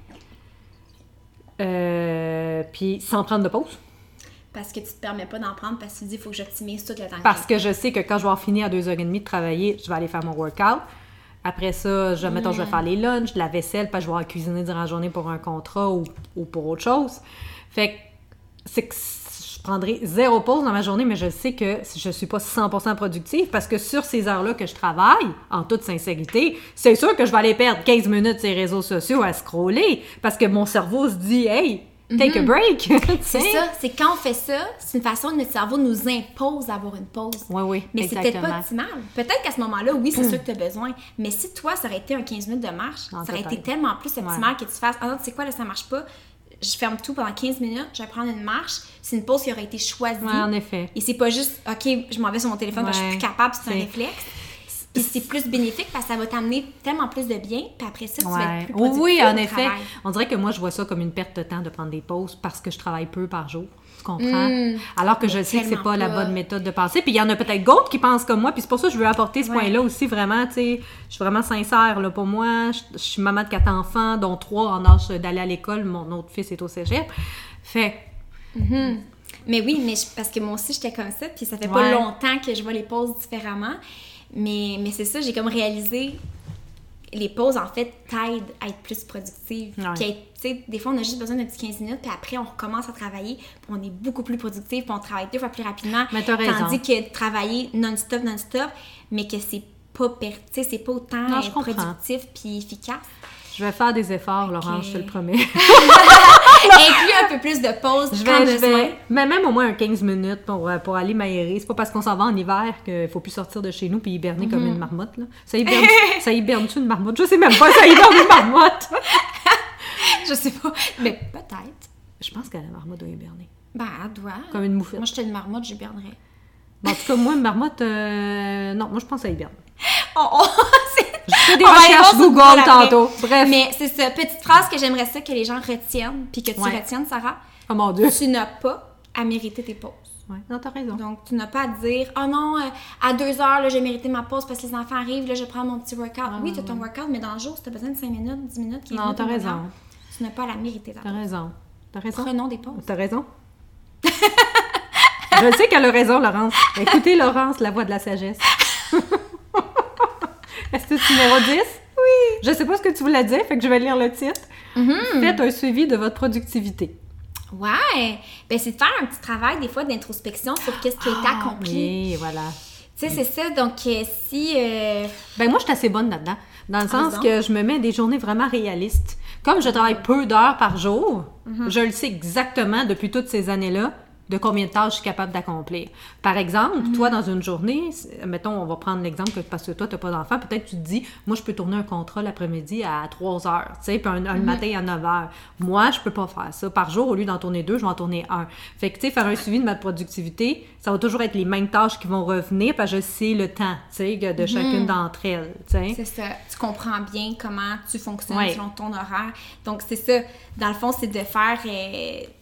Euh, puis sans prendre de pause. Parce que tu te permets pas d'en prendre parce que tu dis qu'il faut que j'optimise tout le temps. Parce que je sais que quand je vais avoir fini à deux heures trente de travailler, je vais aller faire mon workout. Après ça, je, mettons, mm. je vais faire les lunchs, la vaisselle, puis je vais avoir cuisiné durant la journée pour un contrat ou, ou pour autre chose. Fait que c'est que je prendrai zéro pause dans ma journée, mais je sais que je ne suis pas cent pour cent productive parce que sur ces heures-là que je travaille, en toute sincérité, c'est sûr que je vais aller perdre quinze minutes sur les réseaux sociaux à scroller parce que mon cerveau se dit « Hey, take mm-hmm. a break! » C'est ça, c'est quand on fait ça, c'est une façon que notre cerveau nous impose d'avoir une pause. Oui, oui, mais exactement. c'est peut-être pas optimal. Peut-être qu'à ce moment-là, oui, c'est sûr que tu as besoin, mais si toi, ça aurait été un quinze minutes de marche, non, ça aurait été tellement plus optimal ouais. que tu fasses « Ah non, tu sais quoi, là, ça marche pas. » Je ferme tout pendant quinze minutes, je vais prendre une marche. C'est une pause qui aurait été choisie. Oui, en effet. Et c'est pas juste, OK, je m'en vais sur mon téléphone ouais. parce que je suis plus capable, c'est, c'est un réflexe. Puis c'est plus bénéfique parce que ça va t'amener tellement plus de bien. Puis après ça, tu ouais. vas être plus productif. Oui, en effet. Travail. On dirait que moi, je vois ça comme une perte de temps de prendre des pauses parce que je travaille peu par jour. Tu comprends? Mmh. Alors que je sais que c'est pas, pas la bonne méthode de penser. Puis il y en a peut-être d'autres qui pensent comme moi. Puis c'est pour ça que je veux apporter ce ouais. point-là aussi, vraiment. Tu sais, je suis vraiment sincère. Là, pour moi, je, je suis maman de quatre enfants, dont trois en âge d'aller à l'école. Mon autre fils est au cégep. Fait... Mmh. Mais oui, mais je, parce que moi aussi, j'étais comme ça. Puis ça fait ouais. pas longtemps que je vois les pauses différemment. Mais, mais c'est ça, j'ai comme réalisé, les pauses, en fait, t'aident à être plus productive. Ouais. Puis, tu sais, des fois, on a juste besoin d'un petit quinze minutes, puis après, on recommence à travailler, puis on est beaucoup plus productif, puis on travaille deux fois plus rapidement. Mais t'as raison. Tandis que travailler non-stop, non-stop, mais que c'est pas, per... tu sais, c'est pas autant non, productif puis efficace. Je vais faire des efforts, Laurence, okay. je te le promets. Inclus un peu plus de pauses je quand vais, besoin. Je vais, mais même au moins un quinze minutes pour, pour aller m'aérer. C'est pas parce qu'on s'en va en hiver qu'il faut plus sortir de chez nous puis hiberner mm-hmm. comme une marmotte. Là. Ça hiberne, ça hiberne-tu une marmotte? Je sais même pas, ça hiberne une marmotte. Je sais pas, mais peut-être. Je pense que la marmotte doit hiberner. Ben, elle doit. Comme une moufette. Moi, j'étais une marmotte, j'hibernerais. Ben, en tout cas, moi, une marmotte, euh... non, moi, je pense que ça hiberne. Oh, oh, c'est... Je fais des recherches Google tantôt. Bref. Mais c'est ça. Petite phrase que j'aimerais ça que les gens retiennent, puis que tu ouais. retiennes, Sarah. Oh mon Dieu. Tu n'as pas à mériter tes pauses. Oui, non, t'as raison. Donc, tu n'as pas à dire « Oh non, euh, à deux heures, là, j'ai mérité ma pause parce que les enfants arrivent, là, je prends mon petit workout. Ah, » Oui, tu as ton workout, mais dans le jour, si tu as besoin de cinq minutes, dix minutes, quinze non, minutes... Non, t'as raison. Temps, tu n'as pas à la mériter, ta T'as pause. raison. T'as raison. Prenons des pauses. T'as raison. Je sais qu'elle a raison, Laurence. Écoutez, Laurence, la voix de la sagesse. Est-ce que c'est numéro dix? Oui. Je sais pas ce que tu voulais dire, fait que je vais lire le titre. Mm-hmm. Faites un suivi de votre productivité. Ouais. Ben, c'est de faire un petit travail, des fois, d'introspection sur qu'est-ce qui a été accompli. Oui, voilà. Tu sais, c'est ça. Donc, euh, si... Euh... Ben, moi, je suis assez bonne là-dedans. Dans le sens que je me mets des journées vraiment réalistes. Comme je travaille peu d'heures par jour, mm-hmm. je le sais exactement depuis toutes ces années-là de combien de tâches je suis capable d'accomplir. Par exemple, mm-hmm. toi, dans une journée, mettons, on va prendre l'exemple que parce que toi, tu n'as pas d'enfant, peut-être tu te dis, moi, je peux tourner un contrat l'après-midi à trois heures, tu sais, puis un, un mm-hmm. matin à neuf heures. Moi, je peux pas faire ça. Par jour, au lieu d'en tourner deux, je vais en tourner un. Fait que, tu sais, faire un suivi de ma productivité, ça va toujours être les mêmes tâches qui vont revenir, parce que je sais le temps, tu sais, de mm-hmm. chacune d'entre elles, tu sais. C'est ça. Tu comprends bien comment tu fonctionnes ouais. selon ton horaire. Donc, c'est ça. Dans le fond, c'est de faire... Euh,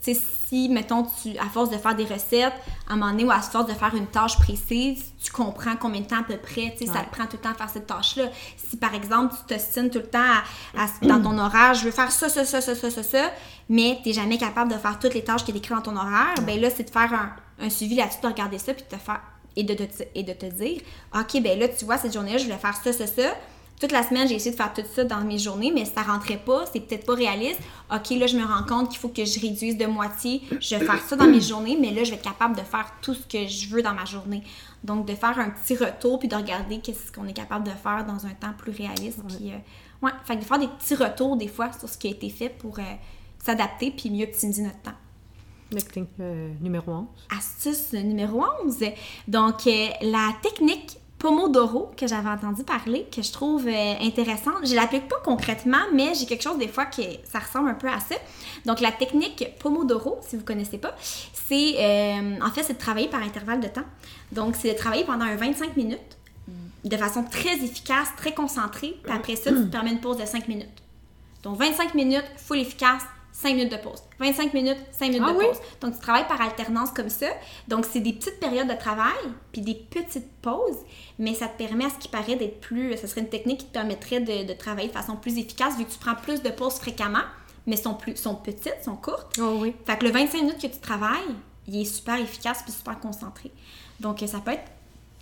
tu sais, si, mettons, tu, à force de faire des recettes, à un moment donné, ou à force de faire une tâche précise, tu comprends combien de temps à peu près, tu sais, ouais. ça te prend tout le temps à faire cette tâche-là. Si, par exemple, tu t'ostines tout le temps à, à, dans ton horaire, je veux faire ça, ça, ça, ça, ça, ça, ça, mais tu n'es jamais capable de faire toutes les tâches qui sont écrites dans ton horaire, ouais. ben là, c'est de faire un, un suivi là-dessus, de regarder ça, puis de te faire, et de, de, et de te dire, OK, ben là, tu vois, cette journée-là, je voulais faire ça, ça, ça. Toute la semaine, j'ai essayé de faire tout ça dans mes journées, mais ça rentrait pas, c'est peut-être pas réaliste. OK, là, je me rends compte qu'il faut que je réduise de moitié. Je vais faire ça dans mes journées, mais là, je vais être capable de faire tout ce que je veux dans ma journée. Donc, de faire un petit retour, puis de regarder qu'est-ce qu'on est capable de faire dans un temps plus réaliste. Ouais. Puis, euh, ouais, fait que de faire des petits retours, des fois, sur ce qui a été fait pour euh, s'adapter, puis mieux optimiser notre temps. Technique euh, numéro onze. Astuce numéro onze. Donc, euh, la technique Pomodoro, que j'avais entendu parler, que je trouve euh, intéressante. Je ne l'applique pas concrètement, mais j'ai quelque chose des fois que ça ressemble un peu à ça. Donc, la technique Pomodoro, si vous ne connaissez pas, c'est, euh, en fait, c'est de travailler par intervalle de temps. Donc, c'est de travailler pendant un vingt-cinq minutes, de façon très efficace, très concentrée, puis après ça, tu te permets une pause de cinq minutes. Donc, vingt-cinq minutes, full efficace, cinq minutes de pause. vingt-cinq minutes, cinq minutes ah, de pause. Oui? Donc, tu travailles par alternance comme ça. Donc, c'est des petites périodes de travail, puis des petites pauses, mais ça te permet, à ce qui paraît, d'être plus... Ce serait une technique qui te permettrait de, de travailler de façon plus efficace, vu que tu prends plus de pauses fréquemment, mais sont, plus, sont petites, sont courtes. Oh, oui. Fait que le vingt-cinq minutes que tu travailles, il est super efficace puis super concentré. Donc, ça peut être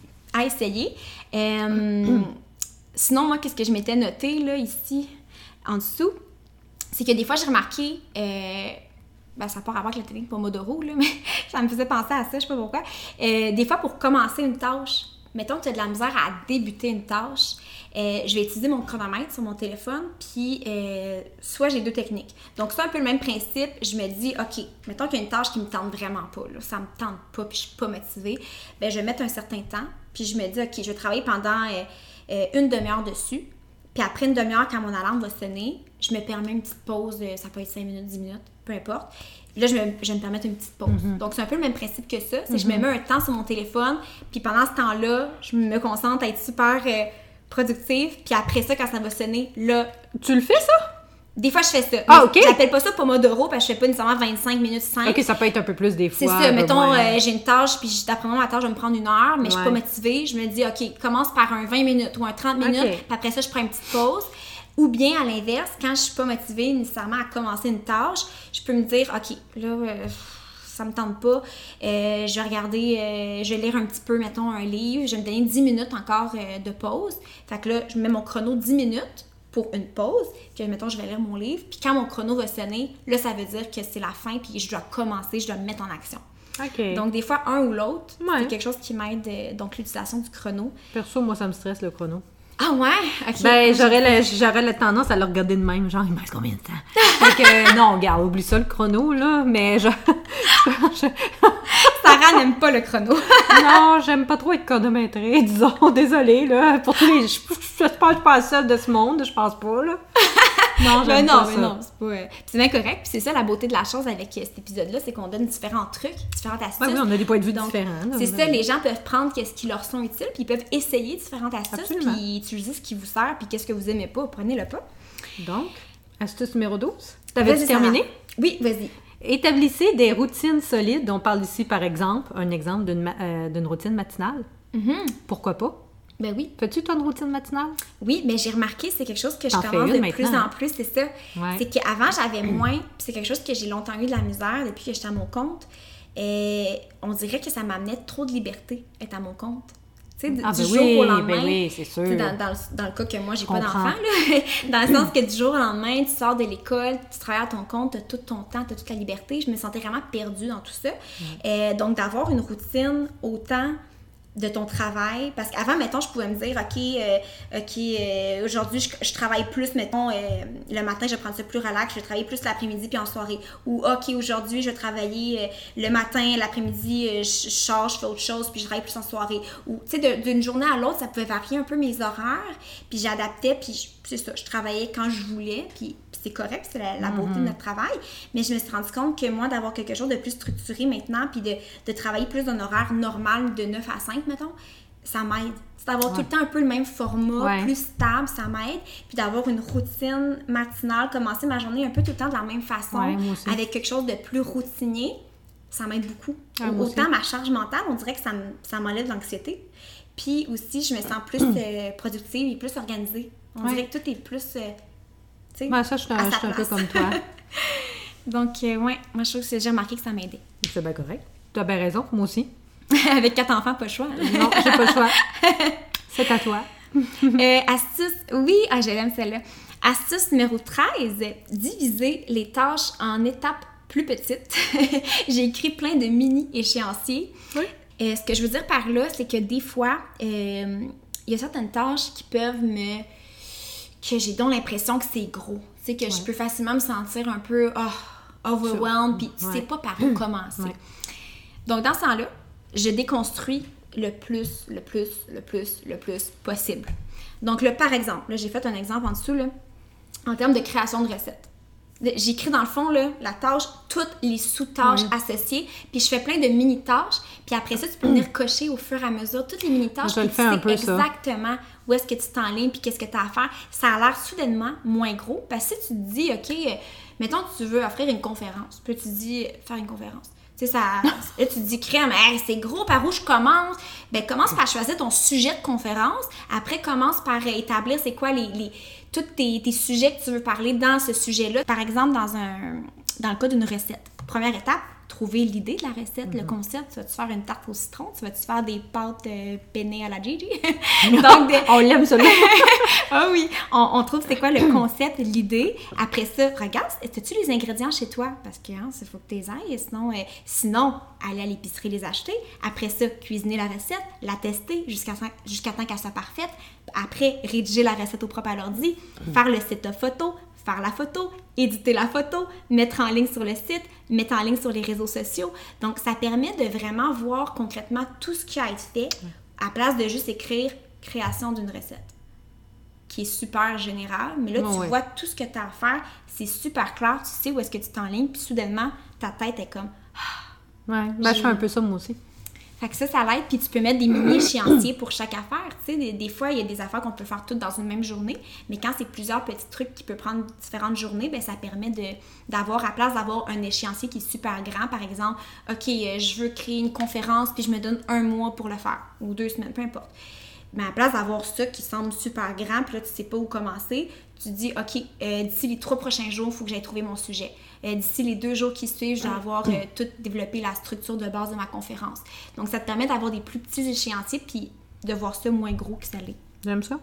à essayer. Euh, mm. Sinon, moi, qu'est-ce que je m'étais noté, là, ici, en dessous? C'est que des fois, j'ai remarqué, euh, ben, ça n'a pas rapport avec la technique Pomodoro, là, mais ça me faisait penser à ça, je sais pas pourquoi. Euh, des fois, pour commencer une tâche, mettons que tu as de la misère à débuter une tâche, euh, je vais utiliser mon chronomètre sur mon téléphone, puis euh, soit j'ai deux techniques. Donc, c'est un peu le même principe. Je me dis, OK, mettons qu'il y a une tâche qui me tente vraiment pas, là, ça me tente pas, puis je suis pas motivée, ben, je vais mettre un certain temps, puis je me dis, OK, je vais travailler pendant euh, euh, une demi-heure dessus. Puis après une demi-heure, quand mon alarme va sonner, je me permets une petite pause, ça peut être cinq minutes, dix minutes, peu importe. Là, je, me, je vais me permettre une petite pause. Mm-hmm. Donc, c'est un peu le même principe que ça. C'est mm-hmm. je me mets un temps sur mon téléphone, puis pendant ce temps-là, je me concentre à être super euh, productive. Puis après ça, quand ça va sonner, là... Tu le fais, ça? Des fois, je fais ça. Ah, OK. J'appelle pas ça Pomodoro parce que je fais pas nécessairement vingt-cinq minutes cinq. OK, ça peut être un peu plus des fois. C'est ça. Mettons, euh, j'ai une tâche, puis d'après moi, ma tâche va me prendre une heure, mais ouais. je suis pas motivée. Je me dis, OK, commence par un vingt minutes ou un trente minutes, okay. puis après ça, je prends une petite pause. Ou bien, à l'inverse, quand je suis pas motivée nécessairement à commencer une tâche, je peux me dire, OK, là, euh, ça me tente pas. Euh, je vais regarder, euh, je vais lire un petit peu, mettons, un livre. Je vais me donner dix minutes encore euh, de pause. Fait que là, je mets mon chrono dix minutes pour une pause. Puis, mettons, je vais lire mon livre. Puis, quand mon chrono va sonner, là, ça veut dire que c'est la fin. Puis, je dois commencer, je dois me mettre en action. Okay. Donc, des fois, un ou l'autre, ouais. c'est quelque chose qui m'aide. Euh, donc, l'utilisation du chrono. Perso, moi, ça me stresse le chrono. Ah ouais? OK. Ben, j'aurais, le, j'aurais la tendance à le regarder de même. Genre, il me reste combien de temps? Fait que, non, regarde, oublie ça, le chrono, là. Mais je... je... Sarah n'aime pas le chrono. Non, j'aime pas trop être chronométrée, disons. Désolée, là. Pour tous les... Je, je, je, je pense pas seule de ce monde, je pense pas, là. Non, j'aime ben non, pas mais ça. non, c'est pas... Euh... c'est bien correct. Puis c'est ça, la beauté de la chose avec euh, cet épisode-là, c'est qu'on donne différents trucs, différentes astuces. Ouais, oui, on a des points de vue Donc, différents. Là, c'est ça, les gens peuvent prendre qu'est-ce qui leur sont utiles, puis ils peuvent essayer différentes astuces, Absolument. Puis utiliser ce qui vous sert, puis qu'est-ce que vous aimez pas, prenez-le pas. Donc, astuce numéro douze. T'avais terminé? Oui, vas-y. Établissez des routines solides. On parle ici, par exemple, un exemple d'une, ma- euh, d'une routine matinale. Mm-hmm. Pourquoi pas? Ben oui. Fais-tu toi une routine matinale? Oui, mais j'ai remarqué, c'est quelque chose que je T'en commence fais une de plus maintenant. en plus, c'est ça. Ouais. C'est qu'avant, j'avais moins, puis c'est quelque chose que j'ai longtemps eu de la misère depuis que j'étais à mon compte. Et on dirait que ça m'amenait trop de liberté, être à mon compte. Tu sais, ah, du ben jour oui, au lendemain. Ben oui, c'est sûr. Dans, dans, le, dans le cas que moi, j'ai je pas comprends. d'enfant, là, dans le sens que du jour au lendemain, tu sors de l'école, tu travailles à ton compte, tu as tout ton temps, tu as toute la liberté. Je me sentais vraiment perdue dans tout ça. Mm. Euh, donc, d'avoir une routine autant de ton travail, parce qu'avant, mettons, je pouvais me dire, OK, euh, OK, euh, aujourd'hui, je, je travaille plus, mettons, euh, le matin, je vais prendre ça plus relax, je vais travailler plus l'après-midi puis en soirée. Ou, OK, aujourd'hui, je vais travailler euh, le matin, l'après-midi, euh, je, je charge, je fais autre chose, puis je travaille plus en soirée. Ou, tu sais, d'une journée à l'autre, ça pouvait varier un peu mes horaires, puis j'adaptais, puis je, c'est ça, je travaillais quand je voulais, puis c'est correct, c'est la, la beauté mm-hmm. de notre travail, mais je me suis rendu compte que moi, d'avoir quelque chose de plus structuré maintenant, puis de, de travailler plus d'un horaire normal de neuf à cinq, mettons, ça m'aide. C'est d'avoir ouais. tout le temps un peu le même format, ouais. plus stable, ça m'aide. Puis d'avoir une routine matinale, commencer ma journée un peu tout le temps de la même façon, ouais, avec quelque chose de plus routinier, ça m'aide beaucoup. Ah, Autant ma charge mentale, on dirait que ça, ça m'enlève l'anxiété. Puis aussi, je me sens plus euh, productive et plus organisée. On ouais. dirait que tout est plus, euh, tu sais, ben, ça, je suis un, un peu comme toi. Donc, euh, ouais, moi, je trouve que j'ai remarqué que ça m'aidait. C'est bien correct. Tu as bien raison, moi aussi. Avec quatre enfants, pas le choix. Non, j'ai pas le choix. C'est à toi. euh, astuce, oui, ah, je l'aime celle-là. Astuce numéro treize, diviser les tâches en étapes plus petites. J'ai écrit plein de mini-échéanciers. Oui. Euh, ce que je veux dire par là, c'est que des fois, euh, il y a certaines tâches qui peuvent me... que j'ai donc l'impression que c'est gros. Tu sais, que ouais. je peux facilement me sentir un peu oh, overwhelmed, puis tu ouais. sais pas par où commencer. Ouais. Donc, dans ce temps-là, je déconstruis le plus, le plus, le plus, le plus possible. Donc, là, par exemple, là, j'ai fait un exemple en dessous, là, en termes de création de recettes. J'écris dans le fond, là, la tâche, toutes les sous-tâches oui. associées, puis je fais plein de mini-tâches, puis après ça, tu peux venir cocher au fur et à mesure toutes les mini-tâches, je puis le fais tu sais un peu, exactement ça. Où est-ce que tu t'enlignes, puis qu'est-ce que tu as à faire. Ça a l'air soudainement moins gros, parce que si tu te dis, OK, euh, mettons que tu veux offrir une conférence, puis tu te dis, faire une conférence. Tu sais, ça, là, tu te dis, crème, hey, c'est gros, par où je commence? Ben, commence par choisir ton sujet de conférence. Après, commence par établir c'est quoi les, les, tous tes, tes sujets que tu veux parler dans ce sujet-là. Par exemple, dans, un, dans le cas d'une recette. Première étape, trouver l'idée de la recette, mm-hmm. le concept. Tu vas-tu faire une tarte au citron? Tu vas-tu faire des pâtes euh, penne à la Gigi? Donc, des... on l'aime, ça. Ah oui, on, on trouve c'est quoi le concept, l'idée. Après ça, regarde, as-tu les ingrédients chez toi? Parce que hein, il faut que tu les ailles, sinon, euh, sinon, aller à l'épicerie les acheter. Après ça, cuisiner la recette, la tester jusqu'à, jusqu'à temps qu'elle soit parfaite. Après, rédiger la recette au propre à l'ordi, faire le setup photo, faire la photo, éditer la photo, mettre en ligne sur le site, mettre en ligne sur les réseaux sociaux. Donc, ça permet de vraiment voir concrètement tout ce qui a été fait à place de juste écrire « création d'une recette » qui est super général. Mais là, oh, tu ouais. vois tout ce que tu as à faire, c'est super clair, tu sais où est-ce que tu t'enlignes, puis soudainement, ta tête est comme « Ouais, ben, je fais un peu ça moi aussi. Fait que ça, ça l'aide, puis tu peux mettre des mini-échéanciers pour chaque affaire. Tu sais, des, des fois, il y a des affaires qu'on peut faire toutes dans une même journée, mais quand c'est plusieurs petits trucs qui peuvent prendre différentes journées, bien, ça permet de, d'avoir, à place d'avoir un échéancier qui est super grand, par exemple, OK, je veux créer une conférence, puis je me donne un mois pour le faire, ou deux semaines, peu importe. Mais à la place d'avoir ça qui semble super grand, puis là, tu sais pas où commencer, tu dis, OK, euh, d'ici les trois prochains jours, il faut que j'aille trouver mon sujet. Euh, d'ici les deux jours qui suivent, je dois avoir euh, tout développé la structure de base de ma conférence. Donc, ça te permet d'avoir des plus petits échéanciers, puis de voir ça moins gros que ça l'est. J'aime ça.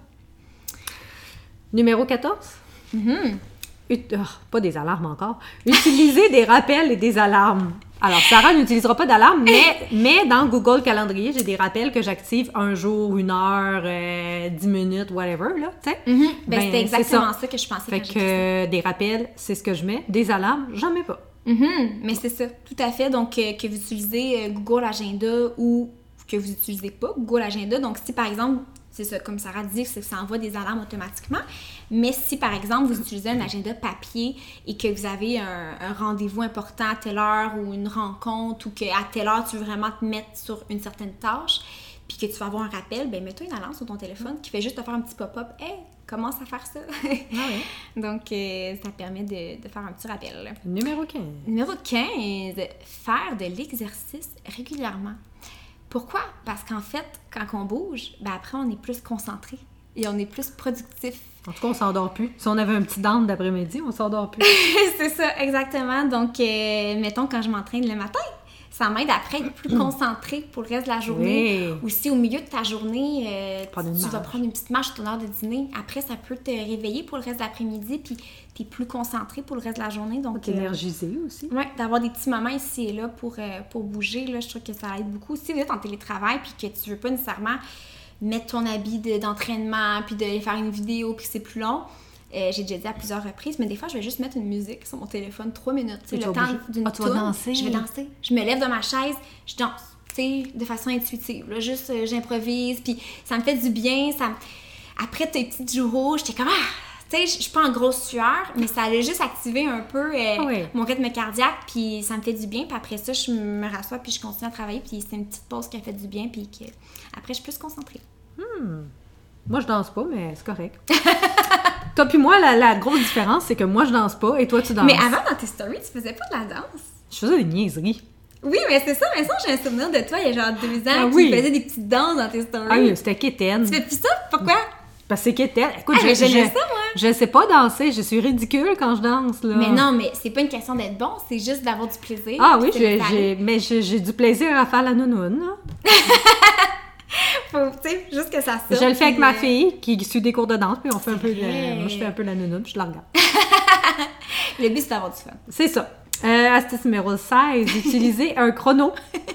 Numéro quatorze. Mm-hmm. Ut- oh, pas des alarmes encore. Utiliser des rappels et des alarmes. Alors, Sarah n'utilisera pas d'alarme, mais, mais dans Google Calendrier, j'ai des rappels que j'active un jour, une heure, euh, dix minutes, whatever, là, tu sais. Mm-hmm. Ben, Ben, c'était exactement ça. ça que je pensais Fait quand que j'ai fait euh, des rappels, c'est ce que je mets. Des alarmes, j'en mets pas. Mm-hmm. Mais c'est ça, tout à fait. Donc, euh, que vous utilisez euh, Google Agenda ou que vous n'utilisez pas Google Agenda. Donc, si par exemple, c'est ça, comme Sarah dit, c'est que ça envoie des alarmes automatiquement. Mais si, par exemple, vous utilisez un agenda papier et que vous avez un, un rendez-vous important à telle heure ou une rencontre ou qu'à telle heure, tu veux vraiment te mettre sur une certaine tâche puis que tu vas avoir un rappel, bien, mets-toi une alarme sur ton téléphone qui fait juste te faire un petit pop-up. « Hey, commence à faire ça! » Ah oui. Donc, euh, ça permet de, de faire un petit rappel. Là. Numéro quinze. Numéro quinze, faire de l'exercice régulièrement. Pourquoi? Parce qu'en fait, quand on bouge, ben après, on est plus concentré et on est plus productif. En tout cas, on s'endort plus. Si on avait un petit down d'après-midi, on s'endort plus. C'est ça, exactement. Donc, euh, mettons, quand je m'entraîne le matin, ça m'aide après à être plus concentrée pour le reste de la journée. Oui. Aussi, au milieu de ta journée, euh, tu marche. vas prendre une petite marche à ton heure de dîner. Après, ça peut te réveiller pour le reste de l'après-midi, puis tu es plus concentré pour le reste de la journée. Donc, t'es énergisé euh, aussi. Oui, d'avoir des petits moments ici et là pour, euh, pour bouger, là, je trouve que ça aide beaucoup. Si vous êtes en télétravail, puis que tu veux pas nécessairement mettre ton habit de, d'entraînement, puis de faire une vidéo, puis que c'est plus long, Euh, j'ai déjà dit à plusieurs reprises, mais des fois, je vais juste mettre une musique sur mon téléphone, trois minutes. Tu sais, le temps bouger. d'une ah, toune, danser. Je vais danser. Je me lève de ma chaise, je danse, tu sais, de façon intuitive. Là, juste, euh, j'improvise, puis ça me fait du bien. Ça me... Après tes petites jours rouges, j'étais comme, ah, Tu sais, je suis pas en grosse sueur, mais ça a juste activé un peu euh, Oui. mon rythme cardiaque, puis ça me fait du bien. Puis après ça, je me rassois, puis je continue à travailler, puis c'est une petite pause qui a fait du bien, puis que après, je suis plus concentrée. Moi, je danse pas, mais c'est correct. Toi puis moi, la, la grosse différence, c'est que moi, je danse pas et toi, tu danses. Mais avant, dans tes stories, tu faisais pas de la danse? Je faisais des niaiseries. Oui, mais c'est ça, mais ça, j'ai un souvenir de toi, il y a genre deux ans, Ah tu oui. faisais des petites danses dans tes stories. Ah oui, c'était quétaine. Tu fais plus ça? Pourquoi? Parce que c'est quétaine. Écoute, Ah, je, mais j'aimais je, ça, moi. je sais pas danser, je suis ridicule quand je danse, là. Mais non, mais c'est pas une question d'être bon, c'est juste d'avoir du plaisir. Ah oui, puis j'ai, c'est j'ai, mais j'ai, j'ai du plaisir à faire la nounoune, là. Faut, tu sais, juste que ça sorte. Je le fais avec puis, ma euh, fille qui suit des cours de danse, puis on fait un peu vrai. de... Moi, je fais un peu la nounoune, puis je la regarde. Le but, c'est d'avoir du fun. C'est ça. Euh, astuce numéro seize, utiliser un chrono.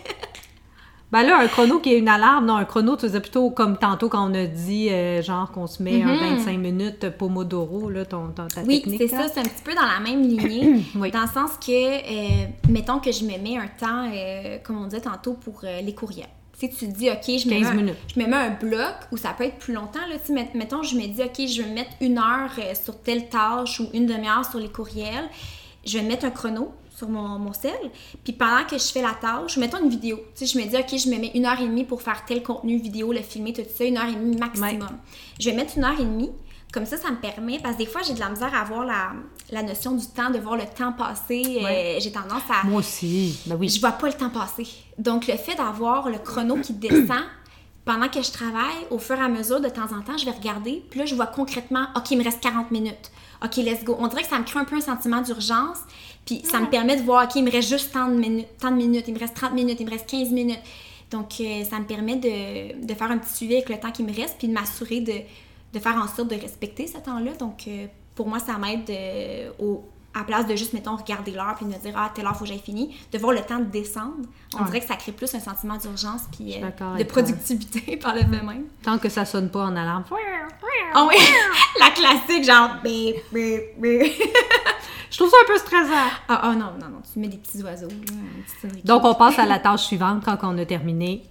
Ben là, un chrono qui est une alarme, non, un chrono, tu faisais plutôt comme tantôt quand on a dit, euh, genre qu'on se met un vingt-cinq minutes Pomodoro, là, ton, ton, ta Oui, technique. c'est là. ça, c'est un petit peu dans la même lignée. Oui. Dans le sens que, euh, mettons que je me mets un temps, euh, comme on disait tantôt, pour euh, les courriels. Tu sais, tu te dis, OK, je me, quinze mets un, minutes. je me mets un bloc où ça peut être plus longtemps. Là, tu sais, met- mettons, je me dis, OK, je vais me mettre une heure euh, sur telle tâche ou une demi-heure sur les courriels. Je vais mettre un chrono sur mon, mon cell. Puis pendant que je fais la tâche, mettons une vidéo. Tu sais, je me dis, OK, je me mets une heure et demie pour faire tel contenu vidéo, le filmer, tout ça, une heure et demie maximum. Ouais. Je vais mettre une heure et demie. Comme ça, ça me permet, parce que des fois, j'ai de la misère à avoir la, la notion du temps, de voir le temps passer. Ouais. Euh, j'ai tendance à... Moi aussi, ben oui. Je vois pas le temps passer. Donc, le fait d'avoir le chrono qui descend pendant que je travaille, au fur et à mesure, de temps en temps, je vais regarder. Puis là, je vois concrètement, OK, il me reste quarante minutes. OK, let's go. On dirait que ça me crée un peu un sentiment d'urgence. Puis ça me permet de voir, OK, il me reste juste tant de, minutes, tant de minutes, il me reste trente minutes, il me reste quinze minutes. Donc, euh, ça me permet de, de faire un petit suivi avec le temps qui me reste, puis de m'assurer de, de faire en sorte de respecter ce temps-là. Donc, euh, pour moi, ça m'aide euh, au, à la place de juste, mettons, regarder l'heure puis de me dire, ah, telle heure, il faut que j'aille fini, de voir le temps de descendre. On Ouais. dirait que ça crée plus un sentiment d'urgence puis euh, d'accord de avec toi. productivité par le fait même. Tant que ça sonne pas en alarme. Ah oui, la classique, genre, bip, bip, bip. Je trouve ça un peu stressant. Ah ah, non, non, non, tu mets des petits oiseaux, là, une petite sonnerie. Donc, on passe à la tâche suivante quand on a terminé.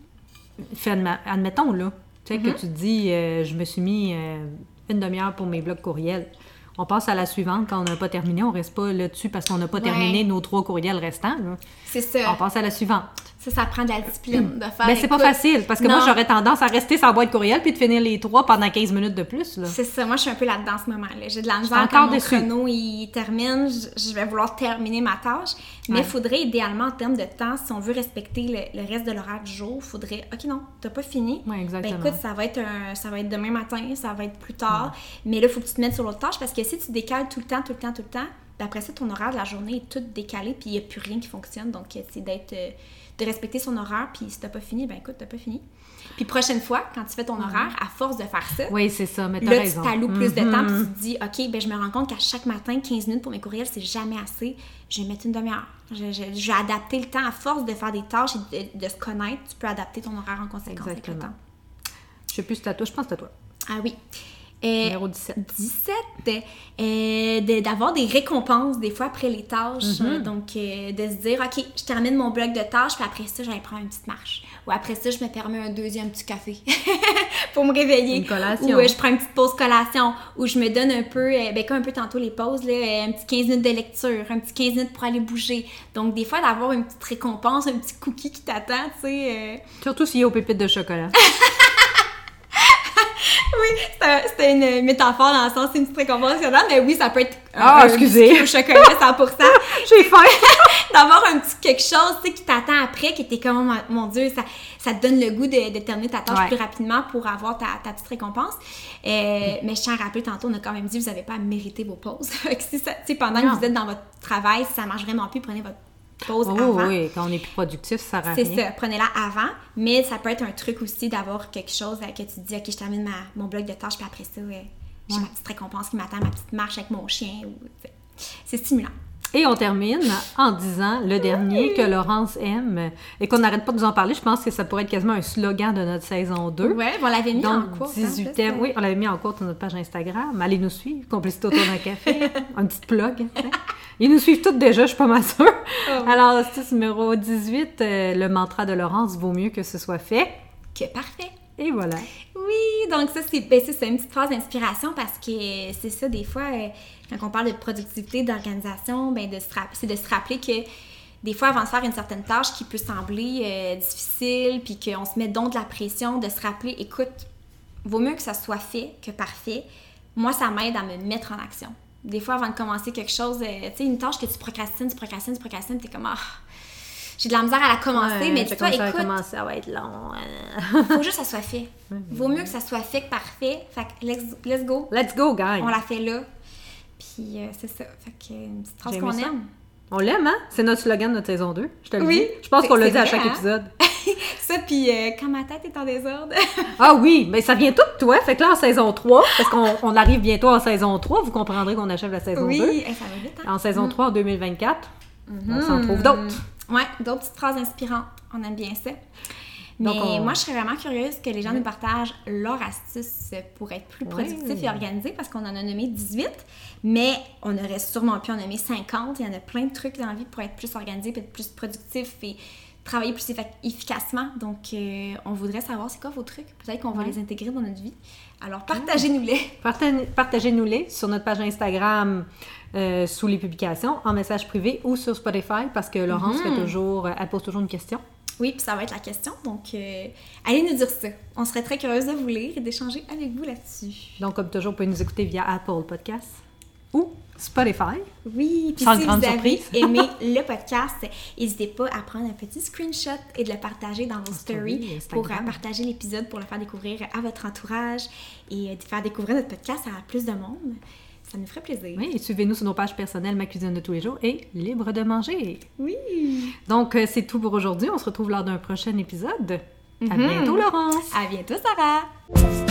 Fais adma- admettons, là, tu sais, que tu te dis, euh, je me suis mis euh, une demi-heure pour mes blocs courriels. On passe à la suivante quand on n'a pas terminé. On reste pas là-dessus parce qu'on n'a pas Ouais. terminé nos trois courriels restants. Là. C'est ça. On passe à la suivante. Ça, ça prend de la discipline de faire. Ben, c'est pas écoute, facile parce que non. moi, j'aurais tendance à rester sans boîte courriel puis de finir les trois pendant quinze minutes de plus. Là. C'est ça, moi je suis un peu là-dedans en ce moment-là. J'ai de la misère encore quand mon déçue. chrono il termine, je, je vais vouloir terminer ma tâche. Mais il Ouais. faudrait idéalement en termes de temps, si on veut respecter le, le reste de l'horaire du jour, il faudrait, ok non, t'as pas fini. Ouais, exactement. Ben écoute, ça va être un, ça va être demain matin, ça va être plus tard. Mais là, il faut que tu te mettes sur l'autre tâche parce que si tu décales tout le temps, tout le temps, tout le temps, ben après ça, ton horaire de la journée est tout décalé puis il n'y a plus rien qui fonctionne. Donc, c'est d'être, euh, de respecter son horaire puis si t'as pas fini, ben écoute, t'as pas fini. Puis prochaine fois, quand tu fais ton horaire, à force de faire ça, Oui, c'est ça, mais t'as là, raison. tu t'alloues plus de Mhm. temps, puis tu te dis, OK, ben je me rends compte qu'à chaque matin, quinze minutes pour mes courriels, c'est jamais assez. Je vais mettre une demi-heure. Je, je- je vais adapter le temps à force de faire des tâches et de, de se connaître. Tu peux adapter ton horaire en conséquence avec le Exactement. temps. Je sais plus si c'est à toi, je pense que c'est à toi. Ah oui. Euh, Numéro dix-sept. dix-sept, euh, de- d'avoir des récompenses des fois après les tâches. Mhm. Euh, donc, euh, de se dire, OK, je termine mon bloc de tâches, puis après ça, j'allais prendre une petite marche. Ou après ça, je me permets un deuxième petit café pour me réveiller. Une collation. Ou euh, je prends une petite pause collation. Ou je me donne un peu, euh, ben, comme un peu tantôt les pauses, là, euh, un petit quinze minutes de lecture, un petit quinze minutes pour aller bouger. Donc, des fois, d'avoir une petite récompense, un petit cookie qui t'attend, tu sais. euh, Surtout s'il y a aux pépites de chocolat. Oui, c'était- c'était une métaphore dans le sens c'est une petite récompense, mais oui, ça peut être un, Ah, un excusez. biscuit au chocolat cent pour cent. J'ai faim! D'avoir un petit quelque chose, tu sais, qui t'attend après, qui était comme, oh, mon, mon Dieu, ça, ça te donne le goût de, de terminer ta tâche Ouais. plus rapidement pour avoir ta, ta petite récompense. Euh, mais je tiens à rappeler, tantôt, on a quand même dit, vous n'avez pas à mériter vos pauses. Fait que si ça, tu sais, pendant Non. que vous êtes dans votre travail, si ça marche vraiment plus, prenez votre pause Oh, avant. oui, quand on est plus productif, ça sert à C'est rien. ça, prenez-la avant, mais ça peut être un truc aussi d'avoir quelque chose euh, que tu te dis, OK, je termine ma, mon bloc de tâches, puis après ça, ouais, j'ai Ouais. ma petite récompense qui m'attend, ma petite marche avec mon chien. Ou, tu sais. C'est stimulant. Et on termine en disant le dernier que Laurence aime et qu'on n'arrête pas de nous en parler. Je pense que ça pourrait être quasiment un slogan de notre saison deux. Ouais, on l'avait mis en Donc, quoi? dix-huitième. Oui, on l'avait mis en cours sur notre page Instagram. Allez nous suivre. Complicité autour d'un café. Un petit plug. hein. Ils nous suivent toutes déjà, je suis pas mal sûre. Oh. Alors, astuce numéro dix-huit, euh, le mantra de Laurence vaut mieux que ce soit fait. Que parfait. Et voilà. Oui, donc ça, c'est, ben, ça, c'est une petite phrase d'inspiration parce que c'est ça, des fois, euh, quand on parle de productivité, d'organisation, ben, de se rapp- c'est de se rappeler que des fois, avant de faire une certaine tâche qui peut sembler euh, difficile, puis qu'on se met donc de la pression, de se rappeler, écoute, vaut mieux que ça soit fait que parfait. Moi, ça m'aide à me mettre en action. Des fois, avant de commencer quelque chose, euh, tu sais, une tâche que tu procrastines, tu procrastines, tu procrastines, t'es comme, ah, j'ai de la misère à la commencer, Ouais, mais dis-toi, écoute, commencer, ça va être long. euh. faut juste que ça soit fait. Vaut mieux que ça soit fait que parfait. Fait que let's, let's go. Let's go, guys! On l'a fait là. Puis euh, c'est ça. Fait que une petite phrase J'ai qu'on aimé ça. aime. On l'aime, hein? C'est notre slogan de notre saison deux, je te le Oui, dis. Je pense c'est- qu'on l'a c'est dit à vrai, chaque hein? épisode. Ça, puis euh, quand ma tête est en désordre. Ah oui, mais ça vient tout de toi. Fait que là, en saison trois, parce qu'on on arrive bientôt en saison trois, vous comprendrez qu'on achève la saison oui, deux. eh, ça va vite, hein? En saison trois, en deux mille vingt-quatre, on Mm. s'en trouve d'autres. Ouais, d'autres petites phrases inspirantes. On aime bien ça. Mais Donc, on- moi, je serais vraiment curieuse que les gens nous partagent leurs astuces pour être plus Ouais. productifs et organisés parce qu'on en a nommé dix-huit, mais on aurait sûrement pu en nommer cinquante. Il y en a plein de trucs dans la vie pour être plus organisé, pour être plus productif et travailler plus effic- efficacement. Donc, euh, on voudrait savoir c'est quoi vos trucs. Peut-être qu'on va Ouais. les intégrer dans notre vie. Alors, partagez-nous-les. Parta- Partagez-nous-les sur notre page Instagram euh, sous les publications, en message privé ou sur Spotify parce que Laurence Mhm. fait toujours, elle pose toujours une question. Oui, puis ça va être la question. Donc, euh, allez nous dire ça. On serait très curieuse de vous lire et d'échanger avec vous là-dessus. Donc, comme toujours, vous pouvez nous écouter via Apple Podcasts ou Spotify. Oui, puis Sans si grande vous avez surprise. aimé le podcast, n'hésitez pas à prendre un petit screenshot et de le partager dans vos story, stories Instagram. pour euh, partager l'épisode, pour le faire découvrir à votre entourage et euh, de faire découvrir notre podcast à plus de monde. Ça nous ferait plaisir. Oui, et suivez-nous sur nos pages personnelles Ma Cuisine de tous les jours et Libre de manger. Oui. Donc, euh, c'est tout pour aujourd'hui. On se retrouve lors d'un prochain épisode. À Mhm. bientôt, Laurence! À bientôt, Sarah!